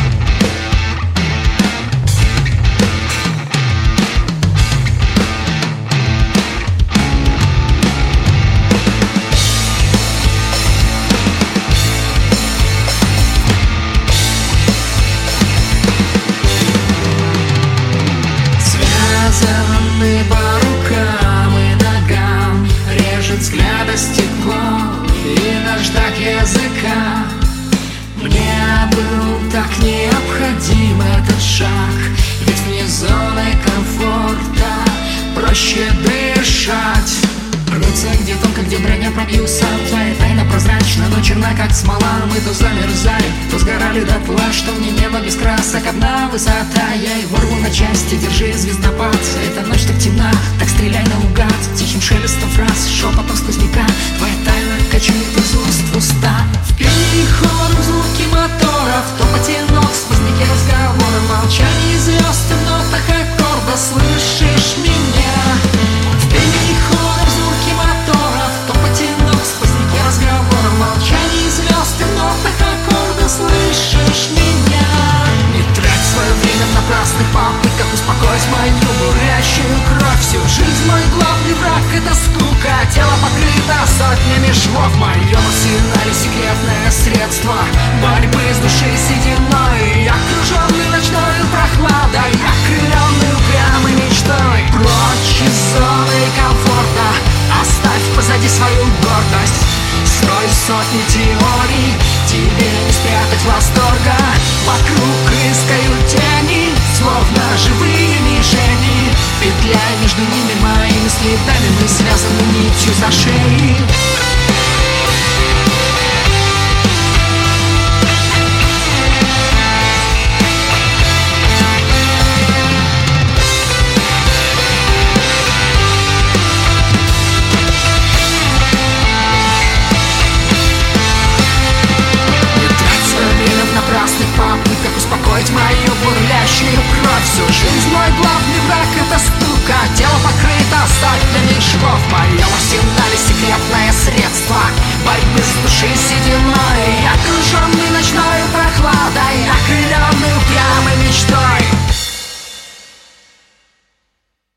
Связаны по рукам и ногам, режет взгляда стекло и наждак языка. Мне был так необходим этот шаг, ведь вне зоны комфорта проще дышать. Рвется где тонко, где броня пробьются. Твоя тайна прозрачна, но черна, как смола. Мы то замерзали, то сгорали дотла. Что мне небо без красок, одна высота. Я его рву на части, держи звездопад. Эта ночь так темна, так стреляй наугад. Тихим шелестом фраз, шепотом сквозняка. Твоя тайна кочует из уст в уста. В пении хором звуки моторов, топоте ног, сквозняки разговора, молчание звезд и в нотах аккорда. Слышишь меня? В пении хором звуки моторов, топоте ног, сквозняки разговора, молчание звезд и в нотах аккорда. Слышишь меня? Не трать свое время в напрасных попытках успокоить мою бурлящую кровь. Всю жизнь мой главный враг — это скука. Тело покрыто сотнями швов, в моем арсенале секретное средство борьбы с душой сединой. Окруженный ночной прохладой, окрыленный упрямой мечтой. Прочь из зоны комфорта, оставь позади свою гордость. Строй сотни теорий, тебе не спрятать восторга. Вокруг рыскают тени, словно живые мишени. Петляя между ними моими следами, мы связаны нитью за шеей. Попытках успокоить мою бурлящую кровь. Всю жизнь мой главный враг — это скука. Тело покрыто сотнями швов, в моем арсенале секретное средство борьбы с душой сединой. Окруженный ночной прохладой, окрыленный